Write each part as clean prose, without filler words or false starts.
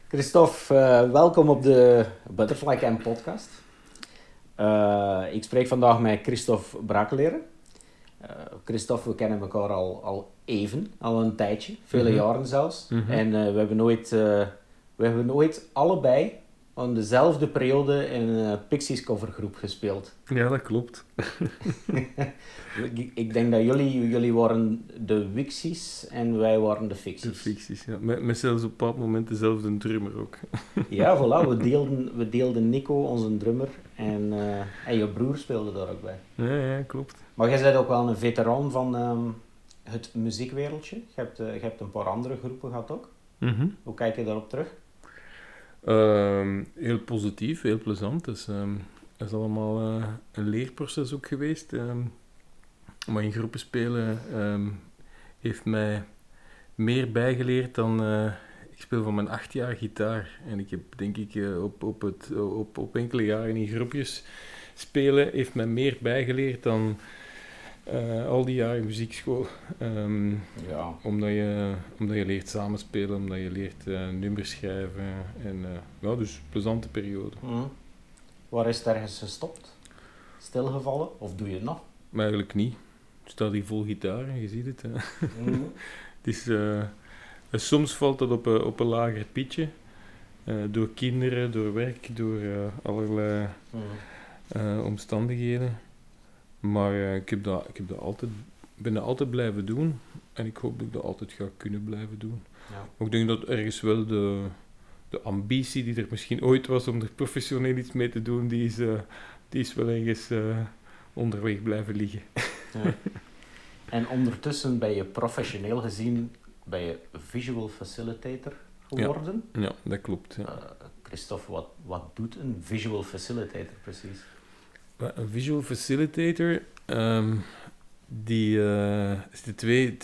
Christophe, welkom op de Butterfly Camp podcast. Ik spreek vandaag met Christophe Brakeleren. Christophe, we kennen elkaar al een tijdje, vele jaren zelfs. En we hebben nooit allebei aan dezelfde periode in een Pixies covergroep gespeeld. Ja, dat klopt. Ik denk dat jullie waren de Wixies en wij waren de Fixies. De Fixies, ja. Met zelfs op een bepaald moment dezelfde drummer ook. Ja, voilà. We deelden Nico, onze drummer, en je broer speelde daar ook bij. Ja, klopt. Maar jij bent ook wel een veteraan van het muziekwereldje. Je hebt een paar andere groepen gehad ook. Hoe kijk je daarop terug? Heel positief, heel plezant. Dus, het is allemaal een leerproces ook geweest. Maar in groepen spelen heeft mij meer bijgeleerd dan... ik speel van mijn 8 jaar gitaar. En ik heb denk ik op enkele jaren in groepjes spelen heeft mij meer bijgeleerd dan al die jaren muziekschool. Ja. Omdat je leert samenspelen, omdat je leert nummers schrijven. En dus plezante periode. Waar is het ergens gestopt? Stilgevallen? Of doe je het nog? Maar eigenlijk niet. Ik sta hier vol gitaar en je ziet het. Het is, soms valt dat op een lager pitje. Door kinderen, door werk, door allerlei omstandigheden. Maar ik ben dat altijd blijven doen. En ik hoop dat ik dat altijd ga kunnen blijven doen. Ja. Maar ik denk dat ergens wel de ambitie die er misschien ooit was om er professioneel iets mee te doen, die is wel ergens onderweg blijven liggen. Ja. En ondertussen ben je professioneel gezien visual facilitator geworden. Ja, dat klopt. Ja. Christophe, wat doet een visual facilitator precies? Een visual facilitator, die is de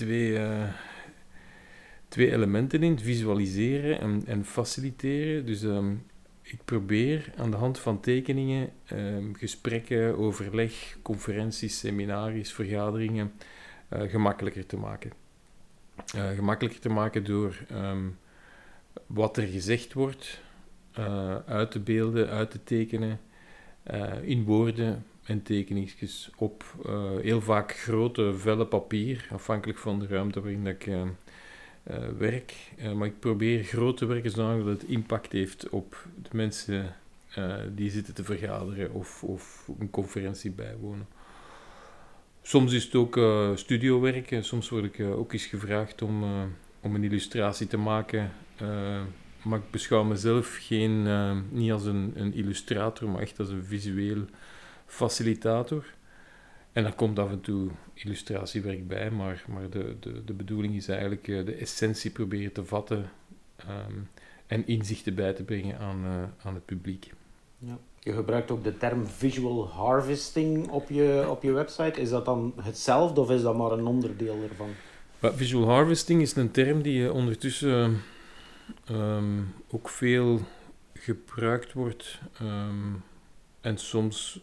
twee elementen in, het visualiseren en faciliteren. Dus ik probeer aan de hand van tekeningen gesprekken, overleg, conferenties, seminaries, vergaderingen gemakkelijker te maken. Gemakkelijker te maken door wat er gezegd wordt uit te beelden, uit te tekenen, in woorden en tekeningsjes op heel vaak grote vellen papier, afhankelijk van de ruimte waarin dat ik werk. Maar ik probeer groot te werken zodat het impact heeft op de mensen die zitten te vergaderen of een conferentie bijwonen. Soms is het ook studiowerk. Soms word ik ook eens gevraagd om een illustratie te maken. Maar ik beschouw mezelf niet als een illustrator, maar echt als een visueel facilitator. En daar komt af en toe illustratiewerk bij, maar de bedoeling is eigenlijk de essentie proberen te vatten en inzichten bij te brengen aan het publiek. Ja. Je gebruikt ook de term visual harvesting op je website. Is dat dan hetzelfde of is dat maar een onderdeel ervan? Visual harvesting is een term die ondertussen ook veel gebruikt wordt en soms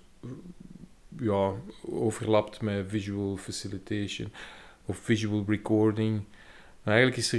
overlapt met visual facilitation of visual recording. Maar eigenlijk is er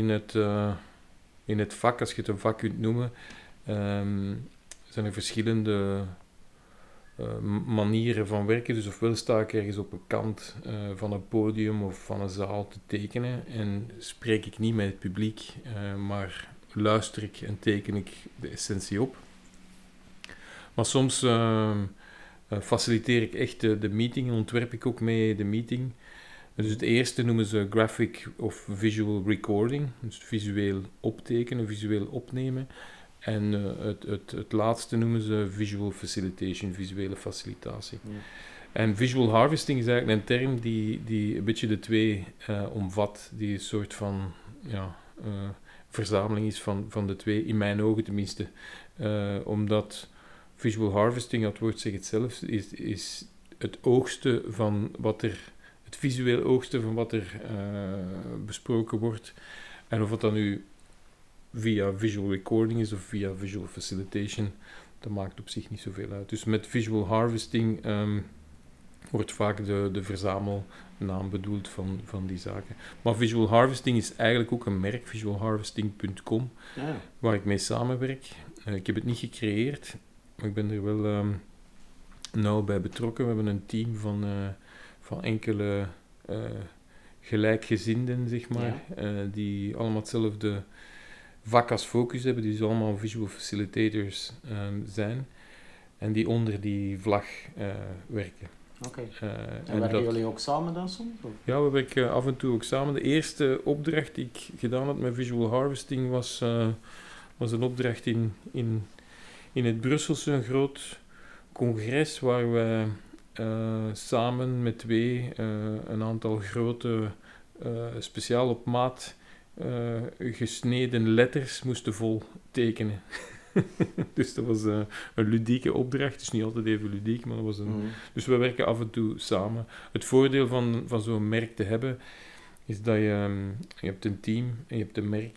in het vak, als je het een vak kunt noemen, zijn er verschillende manieren van werken. Dus ofwel sta ik ergens op een kant van een podium of van een zaal te tekenen en spreek ik niet met het publiek, maar luister ik en teken ik de essentie op. Maar soms faciliteer ik echt de meeting, ontwerp ik ook mee de meeting. Dus het eerste noemen ze graphic of visual recording, dus visueel optekenen, visueel opnemen. En het laatste noemen ze visual facilitation, visuele facilitatie. Ja. En visual harvesting is eigenlijk een term die een beetje de twee omvat, die een soort van verzameling is van de twee, in mijn ogen tenminste. Omdat visual harvesting, dat woord zegt het zelf, is het oogsten van wat er, het visueel oogsten van wat er besproken wordt. En of het dan nu via visual recording is of via visual facilitation, dat maakt op zich niet zoveel uit. Dus met visual harvesting wordt vaak de verzamelnaam bedoeld van die zaken. Maar Visual Harvesting is eigenlijk ook een merk, visualharvesting.com, waar ik mee samenwerk. Ik heb het niet gecreëerd, maar ik ben er wel nauw bij betrokken. We hebben een team van enkele gelijkgezinden, zeg maar, die allemaal hetzelfde vak als focus hebben, die dus allemaal visual facilitators zijn, en die onder die vlag werken. Oké. En werken jullie ook samen dan soms? Of? Ja, we werken af en toe ook samen. De eerste opdracht die ik gedaan had met Visual Harvesting was een opdracht in het Brusselse, een groot congres waar we samen met twee een aantal grote, speciaal op maat gesneden letters moesten vol tekenen. Dus dat was een ludieke opdracht. Het is niet altijd even ludiek, maar dat was een... Dus we werken af en toe samen. Het voordeel van zo'n merk te hebben, is dat je hebt een team en je hebt een merk.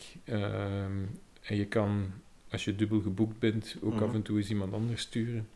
En je kan, als je dubbel geboekt bent, ook af en toe eens iemand anders sturen.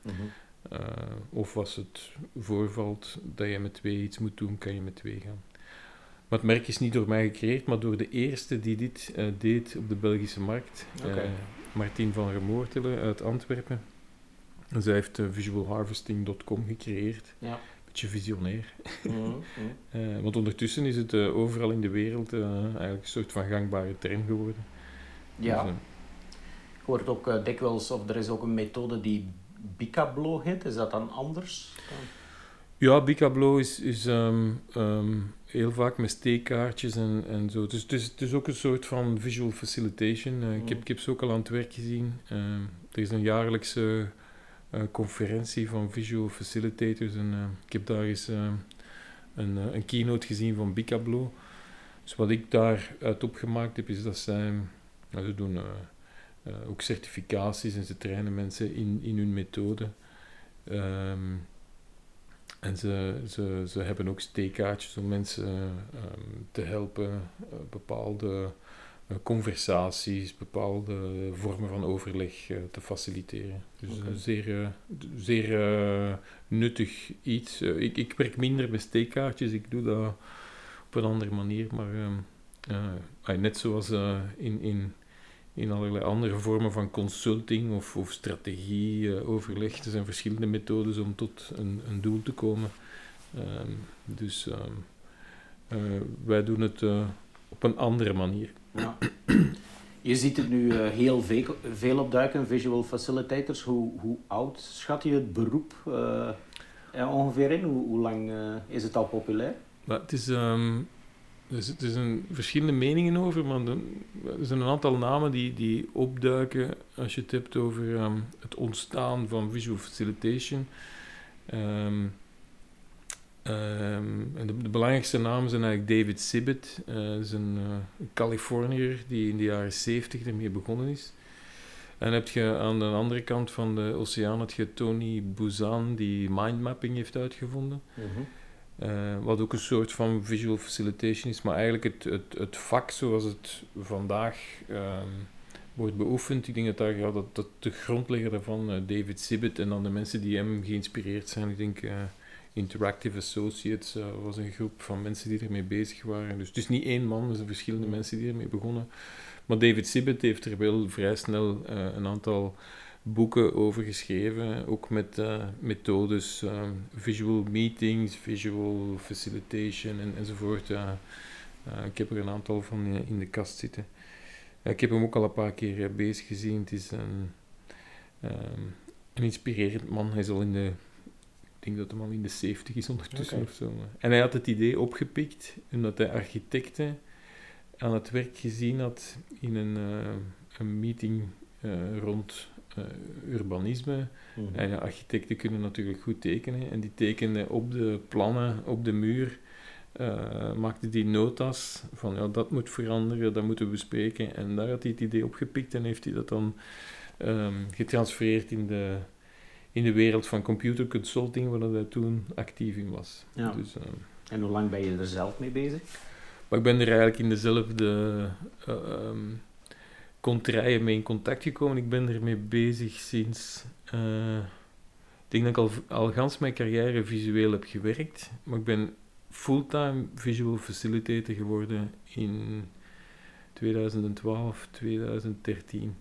Of als het voorvalt dat je met twee iets moet doen, kan je met twee gaan. Maar het merk is niet door mij gecreëerd, maar door de eerste die dit deed op de Belgische markt. Martien van Remoortelen uit Antwerpen. En zij heeft visualharvesting.com gecreëerd. Ja. Beetje visionair. Want ondertussen is het overal in de wereld eigenlijk een soort van gangbare term geworden. Ja. Dus, ik hoor het ook dikwijls, of er is ook een methode die Bicablo heet. Is dat dan anders? Ja, Bicablo is heel vaak met steekkaartjes en zo. Dus het is ook een soort van visual facilitation. Ik heb ze ook al aan het werk gezien. Er is een jaarlijkse conferentie van visual facilitators en ik heb daar eens een keynote gezien van Bicablo. Dus wat ik daaruit opgemaakt heb, is dat ze doen ook certificaties en ze trainen mensen in hun methode. En ze hebben ook steekkaartjes om mensen te helpen bepaalde conversaties, bepaalde vormen van overleg te faciliteren. Dus een zeer nuttig iets. Ik werk minder met steekkaartjes, ik doe dat op een andere manier, maar net zoals in allerlei andere vormen van consulting of strategie overleg. Er zijn verschillende methodes om tot een doel te komen. Wij doen het op een andere manier. Ja. Je ziet het nu heel veel opduiken, visual facilitators. Hoe oud schat je het beroep ongeveer in? Hoe lang is het al populair? Maar het is... er zijn verschillende meningen over, maar er zijn een aantal namen die opduiken als je het hebt over het ontstaan van visual facilitation. En de belangrijkste namen zijn eigenlijk David Sibbitt, is een Californiër die in de jaren 70 ermee begonnen is. En dan heb je aan de andere kant van de oceaan Tony Buzan die mindmapping heeft uitgevonden. Wat ook een soort van visual facilitation is, maar eigenlijk het vak zoals het vandaag wordt beoefend. Ik denk dat de grondlegger daarvan, David Sibbitt, en dan de mensen die hem geïnspireerd zijn, ik denk Interactive Associates was een groep van mensen die ermee bezig waren. Dus het is niet één man, er zijn verschillende mensen die ermee begonnen. Maar David Sibbitt heeft er wel vrij snel een aantal boeken over geschreven, ook met methodes, visual meetings, visual facilitation enzovoort. Ik heb er een aantal van in de kast zitten. Ik heb hem ook al een paar keer bezig gezien. Het is een inspirerend man. Hij is al ik denk dat hij al in de 70 is ondertussen of zo. En hij had het idee opgepikt, omdat hij architecten aan het werk gezien had in een meeting rond urbanisme. En architecten kunnen natuurlijk goed tekenen en die tekenen op de plannen, op de muur, maakten die notas van dat moet veranderen, dat moeten we bespreken. En daar had hij het idee opgepikt en heeft hij dat dan getransfereerd in de wereld van computer consulting, waar hij toen actief in was. Ja. Dus, en hoe lang ben je er zelf mee bezig? Maar ik ben er eigenlijk in dezelfde contraien mee in contact gekomen. Ik ben ermee bezig sinds denk dat ik al gans mijn carrière visueel heb gewerkt, maar ik ben fulltime visual facilitator geworden in 2012, 2013.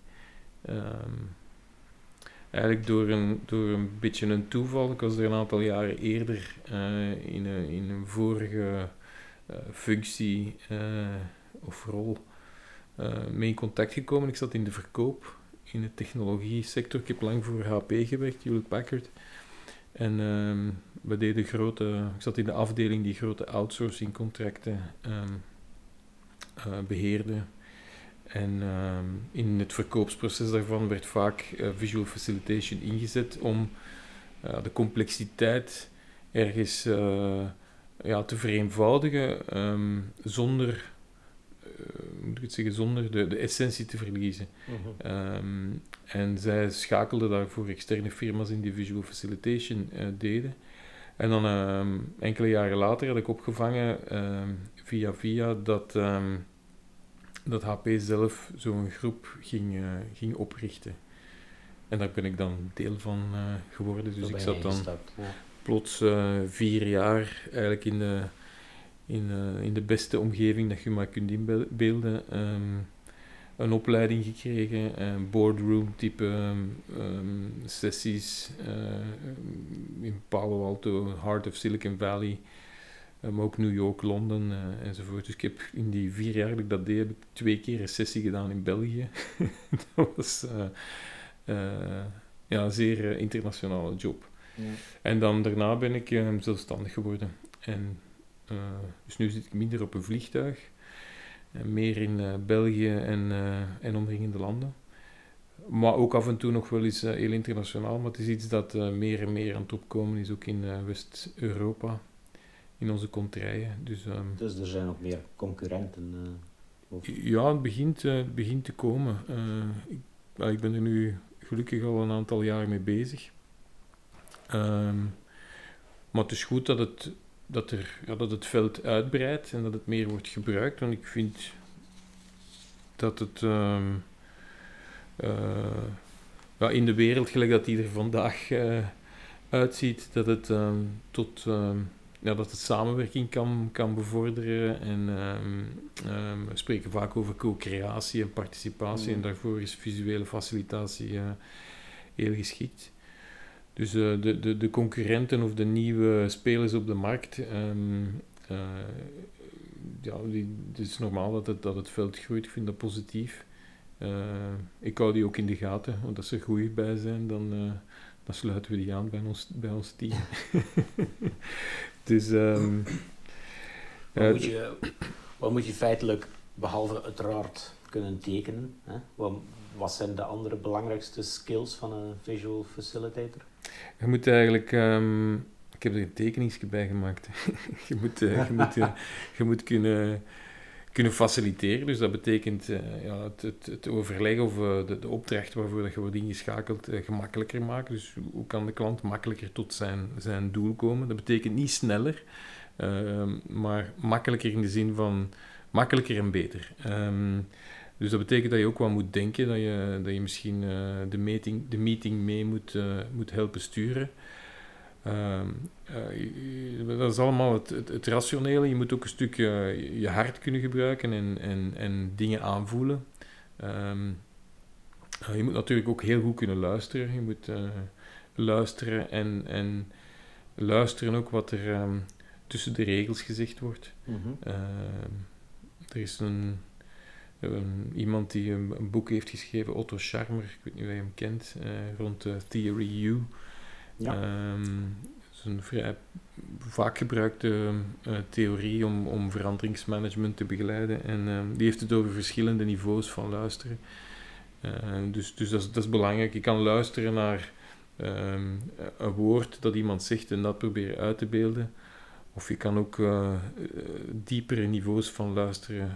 Eigenlijk door een beetje een toeval. Ik was er een aantal jaren eerder in een vorige functie of rol mee in contact gekomen. Ik zat in de verkoop in de technologie sector. Ik heb lang voor HP gewerkt, Hewlett Packard. En ik zat in de afdeling die grote outsourcing contracten beheerde. En in het verkoopsproces daarvan werd vaak visual facilitation ingezet om de complexiteit ergens te vereenvoudigen zonder, moet ik het zeggen, zonder de essentie te verliezen. En zij schakelden daarvoor externe firma's in die visual facilitation deden. En dan enkele jaren later had ik opgevangen via dat HP zelf zo'n groep ging oprichten. En daar ben ik dan deel van geworden. Dus ik zat dan plots 4 jaar eigenlijk in de beste omgeving dat je maar kunt inbeelden. Een opleiding gekregen, boardroom type sessies in Palo Alto, Heart of Silicon Valley. Maar ook New York, Londen enzovoort. Dus ik heb in die 4 jaar dat ik dat deed, heb ik 2 keer een sessie gedaan in België. Dat was een zeer internationale job. Ja. En dan daarna ben ik zelfstandig geworden. En, dus nu zit ik minder op een vliegtuig. Meer in België en omringende landen. Maar ook af en toe nog wel eens heel internationaal. Maar het is iets dat meer en meer aan het opkomen is, ook in West-Europa. In onze contraien. Dus er zijn ook meer concurrenten? Ja, het begint te komen. Ik ben er nu gelukkig al een aantal jaar mee bezig. Maar het is goed dat het veld uitbreidt en dat het meer wordt gebruikt. Want ik vind dat het in de wereld, gelijk dat die er vandaag uitziet, dat het dat het samenwerking kan bevorderen. En we spreken vaak over co-creatie en participatie. En daarvoor is visuele facilitatie heel geschikt. Dus de concurrenten of de nieuwe spelers op de markt, het is normaal dat het veld groeit. Ik vind dat positief. Ik hou die ook in de gaten, want als er goeie bij zijn, dan sluiten we die aan bij ons team. Dus wat moet je feitelijk, behalve uiteraard kunnen tekenen, hè? Wat zijn de andere belangrijkste skills van een visual facilitator? Je moet eigenlijk, ik heb er een tekeningsje bij gemaakt. je moet kunnen faciliteren, dus dat betekent het overleg of de opdracht waarvoor dat je wordt ingeschakeld gemakkelijker maken. Dus hoe kan de klant makkelijker tot zijn doel komen? Dat betekent niet sneller, maar makkelijker in de zin van makkelijker en beter. Dus dat betekent dat je ook wel moet denken, dat je misschien de meeting mee moet helpen sturen. Dat is allemaal het rationele. Je moet ook een stuk je hart kunnen gebruiken en dingen aanvoelen. Je moet natuurlijk ook heel goed kunnen luisteren. Je moet luisteren en luisteren ook wat er tussen de regels gezegd wordt. Er is iemand die een boek heeft geschreven, Otto Scharmer, ik weet niet of je hem kent, rond Theory U. Ja. Dat is een vrij vaak gebruikte theorie om veranderingsmanagement te begeleiden. En die heeft het over verschillende niveaus van luisteren. Dus dat is belangrijk. Je kan luisteren naar een woord dat iemand zegt en dat proberen uit te beelden. Of je kan ook diepere niveaus van luisteren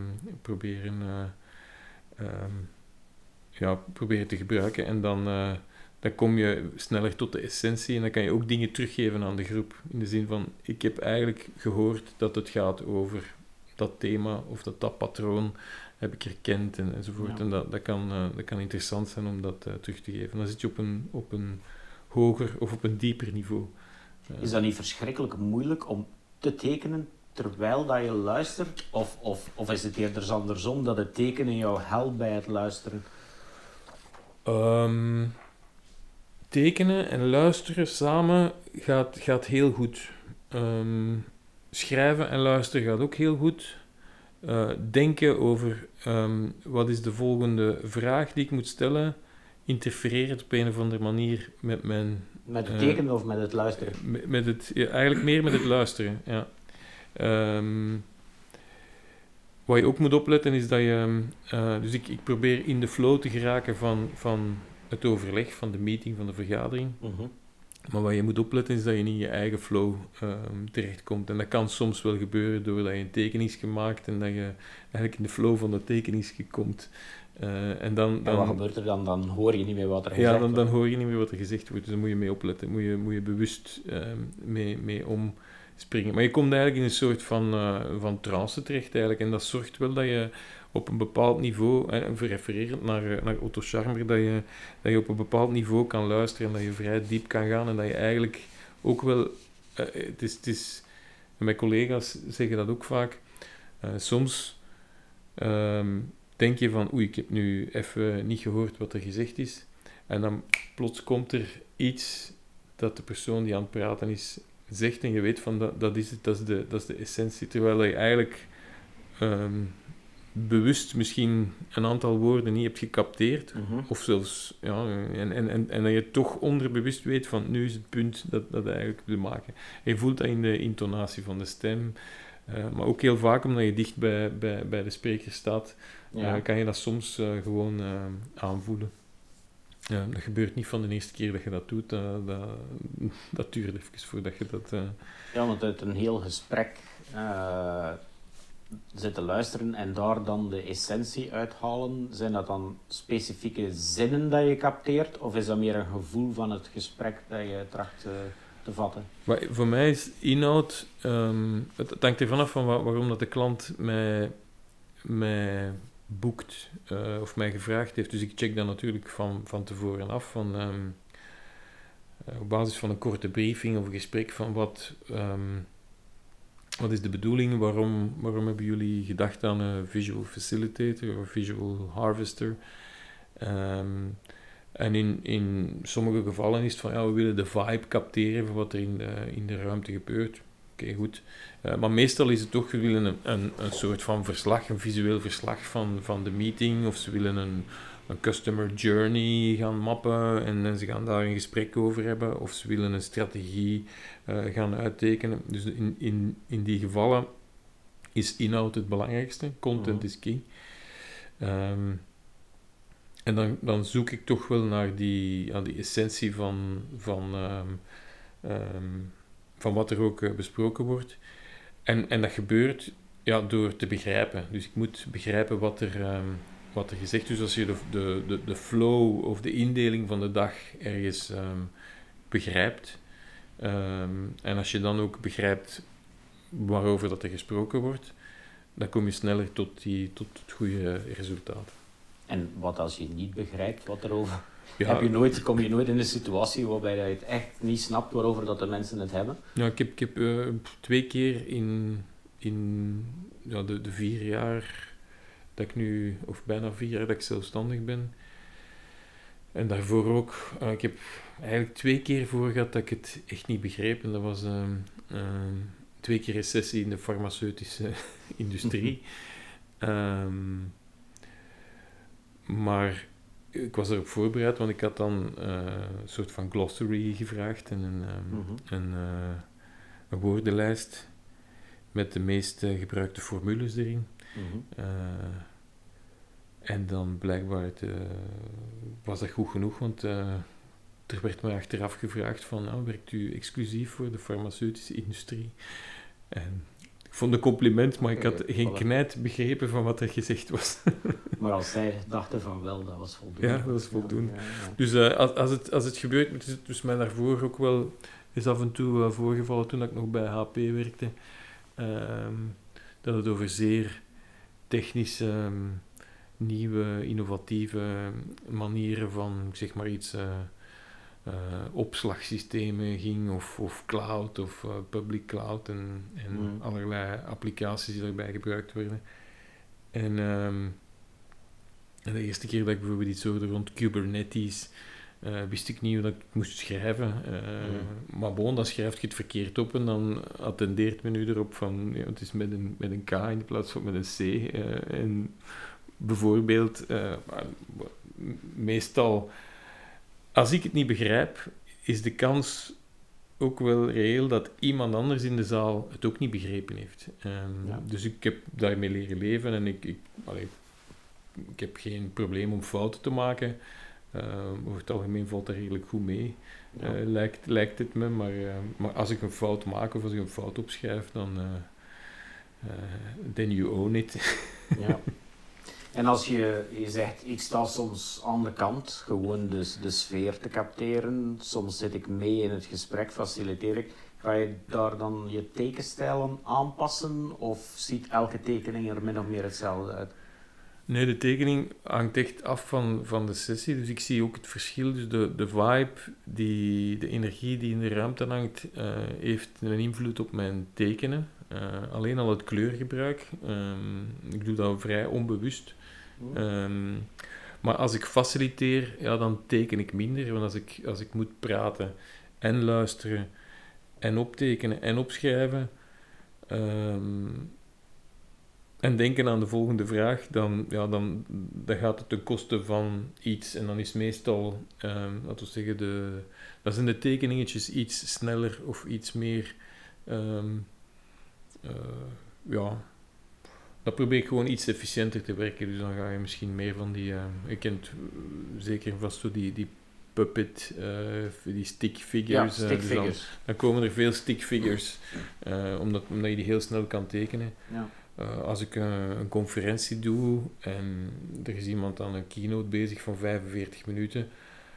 proberen te gebruiken. En dan kom je sneller tot de essentie en dan kan je ook dingen teruggeven aan de groep. In de zin van, ik heb eigenlijk gehoord dat het gaat over dat thema of dat patroon heb ik herkend enzovoort. Ja. En dat kan interessant zijn om dat terug te geven. Dan zit je op een hoger of op een dieper niveau. Is dat niet verschrikkelijk moeilijk om te tekenen terwijl dat je luistert? Of is het eerder andersom, dat het tekenen jou helpt bij het luisteren? Tekenen en luisteren samen gaat heel goed. Schrijven en luisteren gaat ook heel goed. Denken over wat is de volgende vraag die ik moet stellen, interfereert op een of andere manier met mijn... Met het tekenen of met het luisteren? Eigenlijk meer met het luisteren, ja. Wat je ook moet opletten is dat je... dus ik probeer in de flow te geraken van het overleg, van de meeting, van de vergadering. Mm-hmm. Maar wat je moet opletten is dat je niet in je eigen flow terechtkomt. En dat kan soms wel gebeuren doordat je een tekening is gemaakt en dat je eigenlijk in de flow van de tekening komt. En wat gebeurt er dan? Dan hoor je niet meer wat er gezegd wordt. Ja, dan hoor je niet meer wat er gezegd wordt. Dus daar moet je mee opletten. Moet je bewust mee omspringen. Maar je komt eigenlijk in een soort van trance terecht eigenlijk. En dat zorgt wel dat je op een bepaald niveau, refererend naar Otto Scharmer, dat je op een bepaald niveau kan luisteren en dat je vrij diep kan gaan en dat je eigenlijk ook wel... het is, mijn collega's zeggen dat ook vaak. Soms denk je van, oei, ik heb nu even niet gehoord wat er gezegd is. En dan plots komt er iets dat de persoon die aan het praten is zegt en je weet van, dat is het, dat is de essentie. Terwijl je eigenlijk bewust misschien een aantal woorden niet hebt gecapteerd. Mm-hmm. Of zelfs, ja, en dat je toch onderbewust weet van, nu is het punt dat eigenlijk wil maken. En je voelt dat in de intonatie van de stem. Maar ook heel vaak, omdat je dicht bij de spreker staat, kan je dat soms gewoon aanvoelen. Dat gebeurt niet van de eerste keer dat je dat doet. Dat duurt even voordat je dat... Ja, want uit een heel gesprek zitten luisteren en daar dan de essentie uithalen, zijn dat dan specifieke zinnen dat je capteert? Of is dat meer een gevoel van het gesprek dat je tracht te vatten? Maar voor mij is inhoud... het hangt ervan af van waarom dat de klant mij boekt of mij gevraagd heeft. Dus ik check dat natuurlijk van tevoren af. Op basis van een korte briefing of een gesprek van wat is de bedoeling, waarom hebben jullie gedacht aan een visual facilitator of visual harvester. En in sommige gevallen is het van, ja, we willen de vibe capteren van wat er in de ruimte gebeurt. Oké, goed. Maar meestal is het toch, we willen een soort van verslag, een visueel verslag van de meeting, of ze willen een customer journey gaan mappen en ze gaan daar een gesprek over hebben, of ze willen een strategie gaan uittekenen. Dus in die gevallen is inhoud het belangrijkste, content is key. En dan zoek ik toch wel naar die essentie van wat er ook besproken wordt. En dat gebeurt door te begrijpen. Dus ik moet begrijpen wat er gezegd is. Dus als je de flow of de indeling van de dag ergens begrijpt, en als je dan ook begrijpt waarover dat er gesproken wordt, dan kom je sneller tot het goede resultaat. En wat als je niet begrijpt wat erover... kom je nooit in een situatie waarbij je het echt niet snapt waarover dat de mensen het hebben? Ja, ik heb 2 keer in de 4 jaar dat ik nu, of bijna 4 jaar dat ik zelfstandig ben, en daarvoor ook, ik heb eigenlijk 2 keer voor gehad dat ik het echt niet begreep. En dat was 2 keer recessie in de farmaceutische industrie. Maar ik was erop voorbereid, want ik had dan een soort van glossary gevraagd en een woordenlijst met de meest gebruikte formules erin. Mm-hmm. En dan blijkbaar was dat goed genoeg, want er werd me achteraf gevraagd van, werkt u exclusief voor de farmaceutische industrie? En ik vond een compliment, maar ik had geen knijt begrepen van wat er gezegd was. Maar als zij dachten van wel, dat was voldoende. Ja, dat was voldoende. Ja. Dus als het gebeurt, het is dus mij daarvoor ook wel is af en toe voorgevallen toen ik nog bij HP werkte, dat het over zeer technische, nieuwe, innovatieve manieren van, zeg maar iets, opslagsystemen ging, of cloud, of public cloud en allerlei applicaties die daarbij gebruikt worden. En de eerste keer dat ik bijvoorbeeld iets hoorde rond Kubernetes, wist ik niet hoe dat ik moest schrijven. Maar bon, dan schrijf je het verkeerd op en dan attendeert men u erop van, ja, het is met een K in plaats van met een C. En bijvoorbeeld, meestal, als ik het niet begrijp, is de kans ook wel reëel dat iemand anders in de zaal het ook niet begrepen heeft. Dus ik heb daarmee leren leven en ik heb geen probleem om fouten te maken. Over het algemeen valt er redelijk goed mee, lijkt het me. Maar als ik een fout maak of als ik een fout opschrijf, dan then you own it. Ja. En als je zegt, ik sta soms aan de kant, gewoon de sfeer te capteren, soms zit ik mee in het gesprek, faciliteer ik, ga je daar dan je tekenstijlen aanpassen of ziet elke tekening er min of meer hetzelfde uit? Nee, de tekening hangt echt af van de sessie, dus ik zie ook het verschil. Dus de vibe, de energie die in de ruimte hangt, heeft een invloed op mijn tekenen. Alleen al het kleurgebruik, ik doe dat vrij onbewust. Maar als ik faciliteer, ja, dan teken ik minder, want als ik moet praten en luisteren en optekenen en opschrijven en denken aan de volgende vraag, dan gaat het ten koste van iets. En dan is meestal, laten we zeggen, dan zijn de tekeningetjes iets sneller of iets meer, dan probeer ik gewoon iets efficiënter te werken. Dus dan ga je misschien meer van die, je kent zeker vast zo die puppet, die stick figures. Ja, stick figures. Dus dan komen er veel stick figures, omdat je die heel snel kan tekenen. Ja. Als ik een conferentie doe en er is iemand aan een keynote bezig van 45 minuten,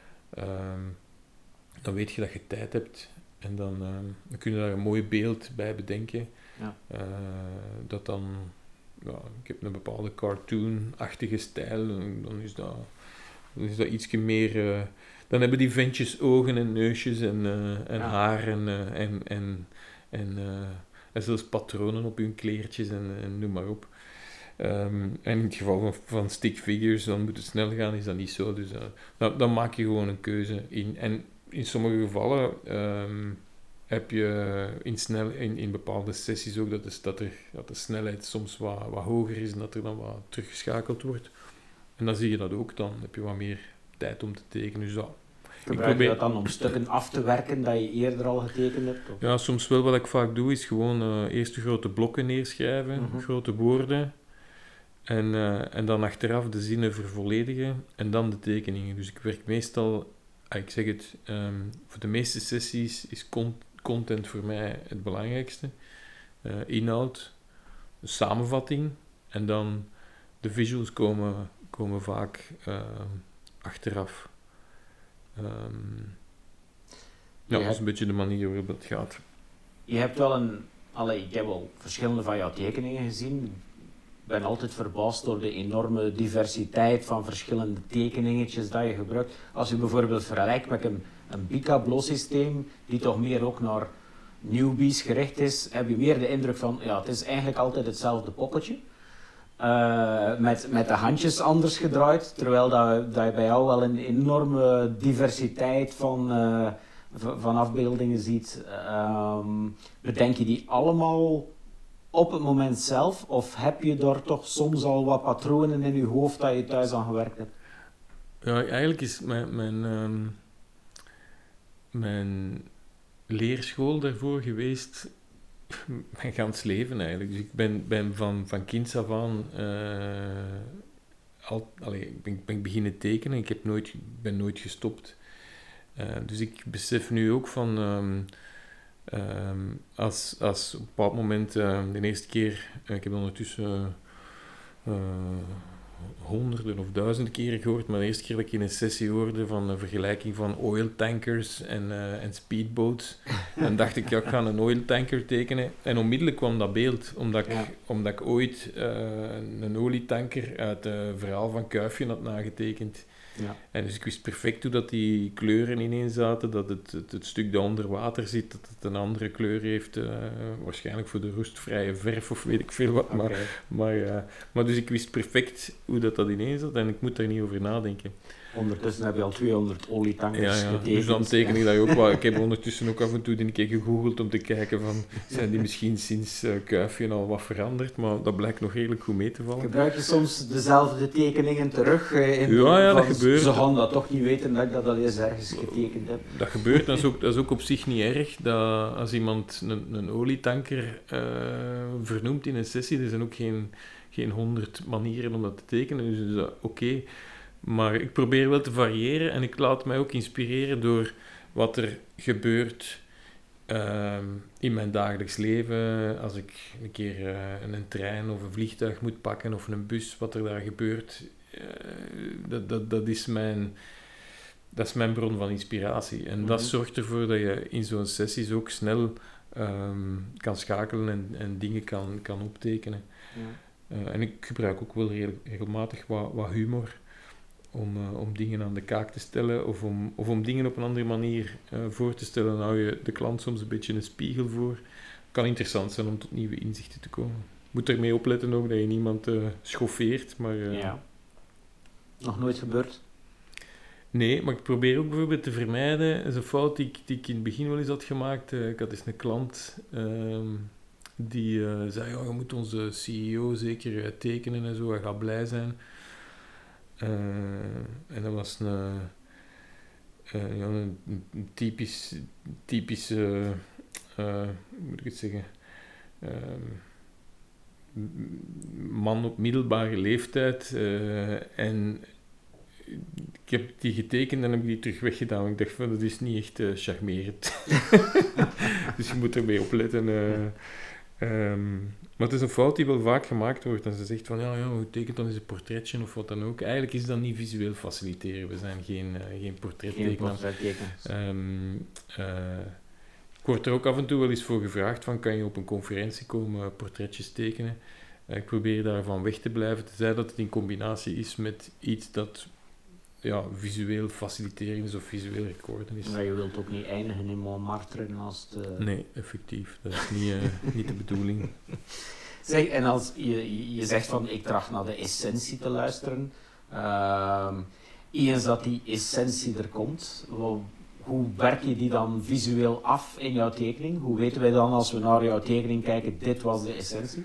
dan weet je dat je tijd hebt en dan kun je daar een mooi beeld bij bedenken. Ja. Dat dan, ik heb een bepaalde cartoon-achtige stijl, dan is dat ietsje meer, dan hebben die ventjes ogen en neusjes en haar en zelfs patronen op hun kleertjes en noem maar op. En in het geval van stick figures, dan moet het snel gaan, is dat niet zo. Dus dan maak je gewoon een keuze in. En in sommige gevallen heb je in bepaalde sessies ook dat de snelheid soms wat hoger is en dat er dan wat teruggeschakeld wordt. En dan zie je dat ook, dan heb je wat meer tijd om te tekenen. Dus Gebruik je dat dan om stukken af te werken dat je eerder al getekend hebt? Of? Ja, soms wel. Wat ik vaak doe, is gewoon eerst de grote blokken neerschrijven, grote woorden, en dan achteraf de zinnen vervolledigen, en dan de tekeningen. Dus ik werk meestal, ik zeg het, voor de meeste sessies is content voor mij het belangrijkste. Inhoud, de samenvatting, en dan de visuals komen vaak achteraf. Dat is een beetje de manier waarop het gaat. Je hebt wel ik heb wel verschillende van jouw tekeningen gezien. Ik ben altijd verbaasd door de enorme diversiteit van verschillende tekeningetjes dat je gebruikt. Als je bijvoorbeeld vergelijkt met een Picablo systeem, die toch meer ook naar newbies gericht is, heb je meer de indruk van, het is eigenlijk altijd hetzelfde poppetje. Met de handjes anders gedraaid, terwijl dat je bij jou wel een enorme diversiteit van afbeeldingen ziet. Bedenk je die allemaal op het moment zelf, of heb je daar toch soms al wat patronen in je hoofd dat je thuis aan gewerkt hebt? Ja, eigenlijk is mijn leerschool daarvoor geweest mijn gans leven eigenlijk. Dus ik ben van kinds af aan ik ben beginnen tekenen. Ik ben nooit gestopt. Dus ik besef nu ook van als op een bepaald moment de eerste keer, ik heb ondertussen honderden of duizenden keren gehoord, maar de eerste keer dat ik in een sessie hoorde van een vergelijking van oil tankers en speedboats, dan dacht ik, ik ga een oil tanker tekenen. En onmiddellijk kwam dat beeld, omdat ik ooit een olietanker uit het verhaal van Kuifje had nagetekend. Ja. En dus ik wist perfect hoe dat die kleuren ineen zaten, dat het stuk dat onder water zit, dat het een andere kleur heeft, waarschijnlijk voor de roestvrije verf of weet ik veel wat. Okay. Maar dus ik wist perfect hoe dat ineen zat en ik moet daar niet over nadenken. Ondertussen heb je al 200 olietankers getekend. Dus dan teken ik dat ook wel. Ik heb ondertussen ook af en toe een keer gegoogeld om te kijken van, zijn die misschien sinds Kuifje al wat veranderd, maar dat blijkt nog redelijk goed mee te vallen. Gebruik je soms dezelfde tekeningen terug? Dat gebeurt. Ze gaan dat toch niet weten dat ik dat al eens ergens getekend heb. Dat gebeurt, dat is ook op zich niet erg. Dat als iemand een olietanker vernoemt in een sessie, er zijn ook geen 100 manieren om dat te tekenen, dus dat is oké. Maar ik probeer wel te variëren en ik laat mij ook inspireren door wat er gebeurt in mijn dagelijks leven. Als ik een keer een trein of een vliegtuig moet pakken of een bus, wat er daar gebeurt, dat is mijn bron van inspiratie. En dat zorgt ervoor dat je in zo'n sessies ook snel kan schakelen en dingen kan optekenen. Ja. En ik gebruik ook wel regelmatig wat humor om dingen aan de kaak te stellen of om dingen op een andere manier voor te stellen. Dan hou je de klant soms een beetje een spiegel voor. Het kan interessant zijn om tot nieuwe inzichten te komen. Je moet ermee opletten ook dat je niemand schoffeert. Maar, ja. Nog nooit gebeurd? Nee, maar ik probeer ook bijvoorbeeld te vermijden. Dat is een fout die ik in het begin wel eens had gemaakt. Ik had eens een klant die zei, je moet onze CEO zeker tekenen en zo, hij gaat blij zijn. En dat was een typische hoe moet ik het zeggen, man op middelbare leeftijd. En ik heb die getekend en heb ik die terug weggedaan. Want ik dacht van, dat is niet echt charmerend. Dus je moet ermee opletten. Maar het is een fout die wel vaak gemaakt wordt. En ze zegt van, hoe tekent dan eens een portretje of wat dan ook. Eigenlijk is dat niet visueel faciliteren. We zijn geen portrettekenaars. Ik word er ook af en toe wel eens voor gevraagd van, kan je op een conferentie komen portretjes tekenen? Ik probeer daarvan weg te blijven, tenzij dat het in combinatie is met iets dat visueel faciliteren is of visueel recorden is. Maar je wilt ook niet eindigen in Montmartre als het... Nee, effectief. Dat is niet de bedoeling. Zeg, en als je zegt van, ik tracht naar de essentie te luisteren. Eens dat die essentie er komt, hoe werk je die dan visueel af in jouw tekening? Hoe weten wij dan als we naar jouw tekening kijken, dit was de essentie?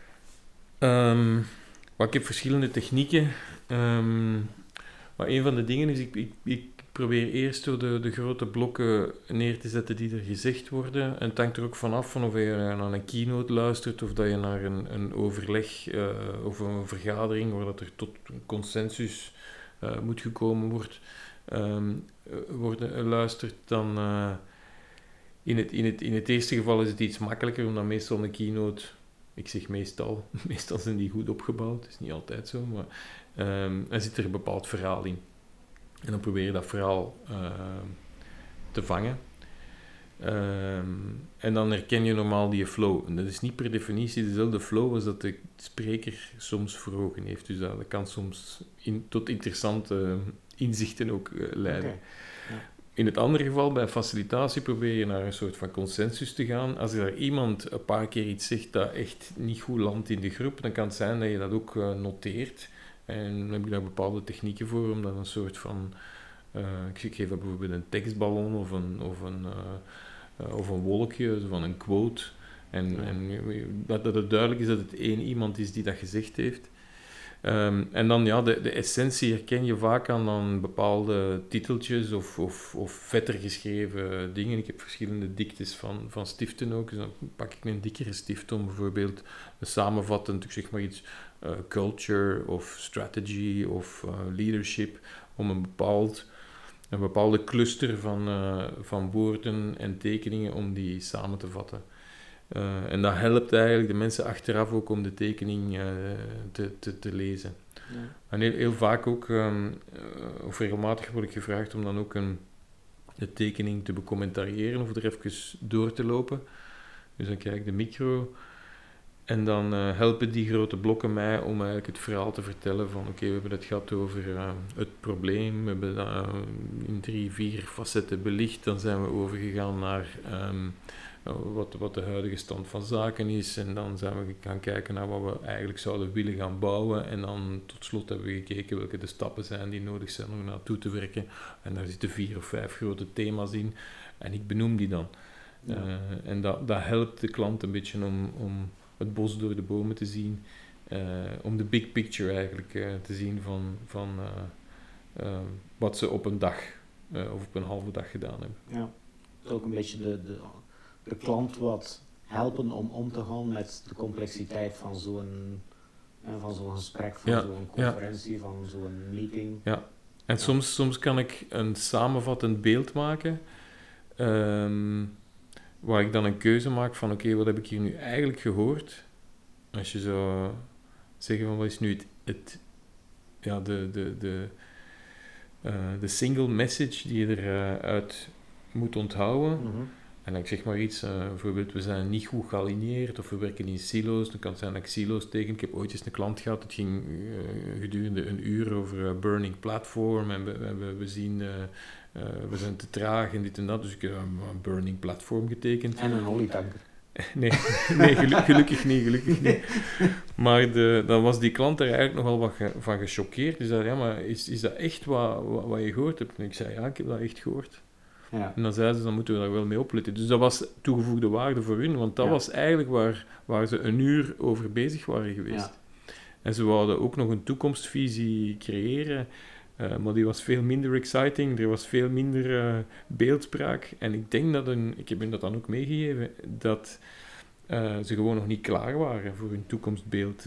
Ik heb verschillende technieken. Maar een van de dingen is, ik probeer eerst door de grote blokken neer te zetten die er gezegd worden. En het hangt er ook vanaf van of je naar een keynote luistert of dat je naar een overleg of een vergadering waar dat er tot een consensus moet gekomen worden luistert. Dan in het eerste geval is het iets makkelijker, omdat meestal een keynote... Ik zeg meestal zijn die goed opgebouwd, het is niet altijd zo, maar er zit er een bepaald verhaal in. En dan probeer je dat verhaal te vangen. En dan herken je normaal die flow. En dat is niet per definitie dezelfde flow als dat de spreker soms voor ogen heeft. Dus dat kan soms tot interessante inzichten ook leiden. Okay. Ja. In het andere geval, bij facilitatie, probeer je naar een soort van consensus te gaan. Als er iemand een paar keer iets zegt dat echt niet goed landt in de groep, dan kan het zijn dat je dat ook noteert. En dan heb ik daar bepaalde technieken voor, om dat een soort van... ik geef dat bijvoorbeeld een tekstballon of een wolkje, zo van een quote. En dat het duidelijk is dat het één iemand is die dat gezegd heeft. En dan de essentie herken je vaak aan dan bepaalde titeltjes of vetter geschreven dingen. Ik heb verschillende diktes van stiften ook. Dus dan pak ik een dikkere stift om bijvoorbeeld samenvattend, ik zeg maar iets, culture of strategy of leadership, om een bepaalde cluster van woorden en tekeningen om die samen te vatten. En dat helpt eigenlijk de mensen achteraf ook om de tekening te lezen. Ja. En heel vaak ook, of regelmatig word ik gevraagd om dan ook de tekening te becommentariëren of er even door te lopen. Dus dan krijg ik de micro En dan helpen die grote blokken mij om eigenlijk het verhaal te vertellen van oké, we hebben het gehad over het probleem, we hebben dat in 3, 4 facetten belicht, dan zijn we overgegaan naar wat de huidige stand van zaken is en dan zijn we gaan kijken naar wat we eigenlijk zouden willen gaan bouwen en dan tot slot hebben we gekeken welke de stappen zijn die nodig zijn om naartoe te werken en daar zitten 4 of 5 grote thema's in en ik benoem die dan. Ja. En dat helpt de klant een beetje om het bos door de bomen te zien, om de big picture eigenlijk te zien van wat ze op een dag of op een halve dag gedaan hebben. Ja, ook een beetje de klant wat helpen om te gaan met de complexiteit van zo'n gesprek, van zo'n conferentie, van zo'n meeting. Ja, en soms kan ik een samenvattend beeld maken, waar ik dan een keuze maak van oké, wat heb ik hier nu eigenlijk gehoord? Als je zou zeggen van wat is nu de single message die je eruit moet onthouden. Mm-hmm. En ik zeg maar iets, bijvoorbeeld we zijn niet goed gealigneerd of we werken in silo's. Dan kan het zijn dat ik silo's teken. Ik heb ooit eens een klant gehad, het ging gedurende een uur over burning platform en we zien we zijn te traag en dit en dat. Dus ik heb een burning platform getekend. En een olietanker. Nee, gelukkig niet. Maar dan was die klant er eigenlijk nogal wat van gechoqueerd. Die zei, ja, maar is dat echt wat je gehoord hebt? En ik zei, ja, ik heb dat echt gehoord. Ja. En dan zeiden ze, dan moeten we daar wel mee opletten. Dus dat was toegevoegde waarde voor hun, want dat was eigenlijk waar ze een uur over bezig waren geweest. Ja. En ze wilden ook nog een toekomstvisie creëren, maar die was veel minder exciting, er was veel minder beeldspraak. En ik denk ik heb hen dat dan ook meegegeven, dat ze gewoon nog niet klaar waren voor hun toekomstbeeld.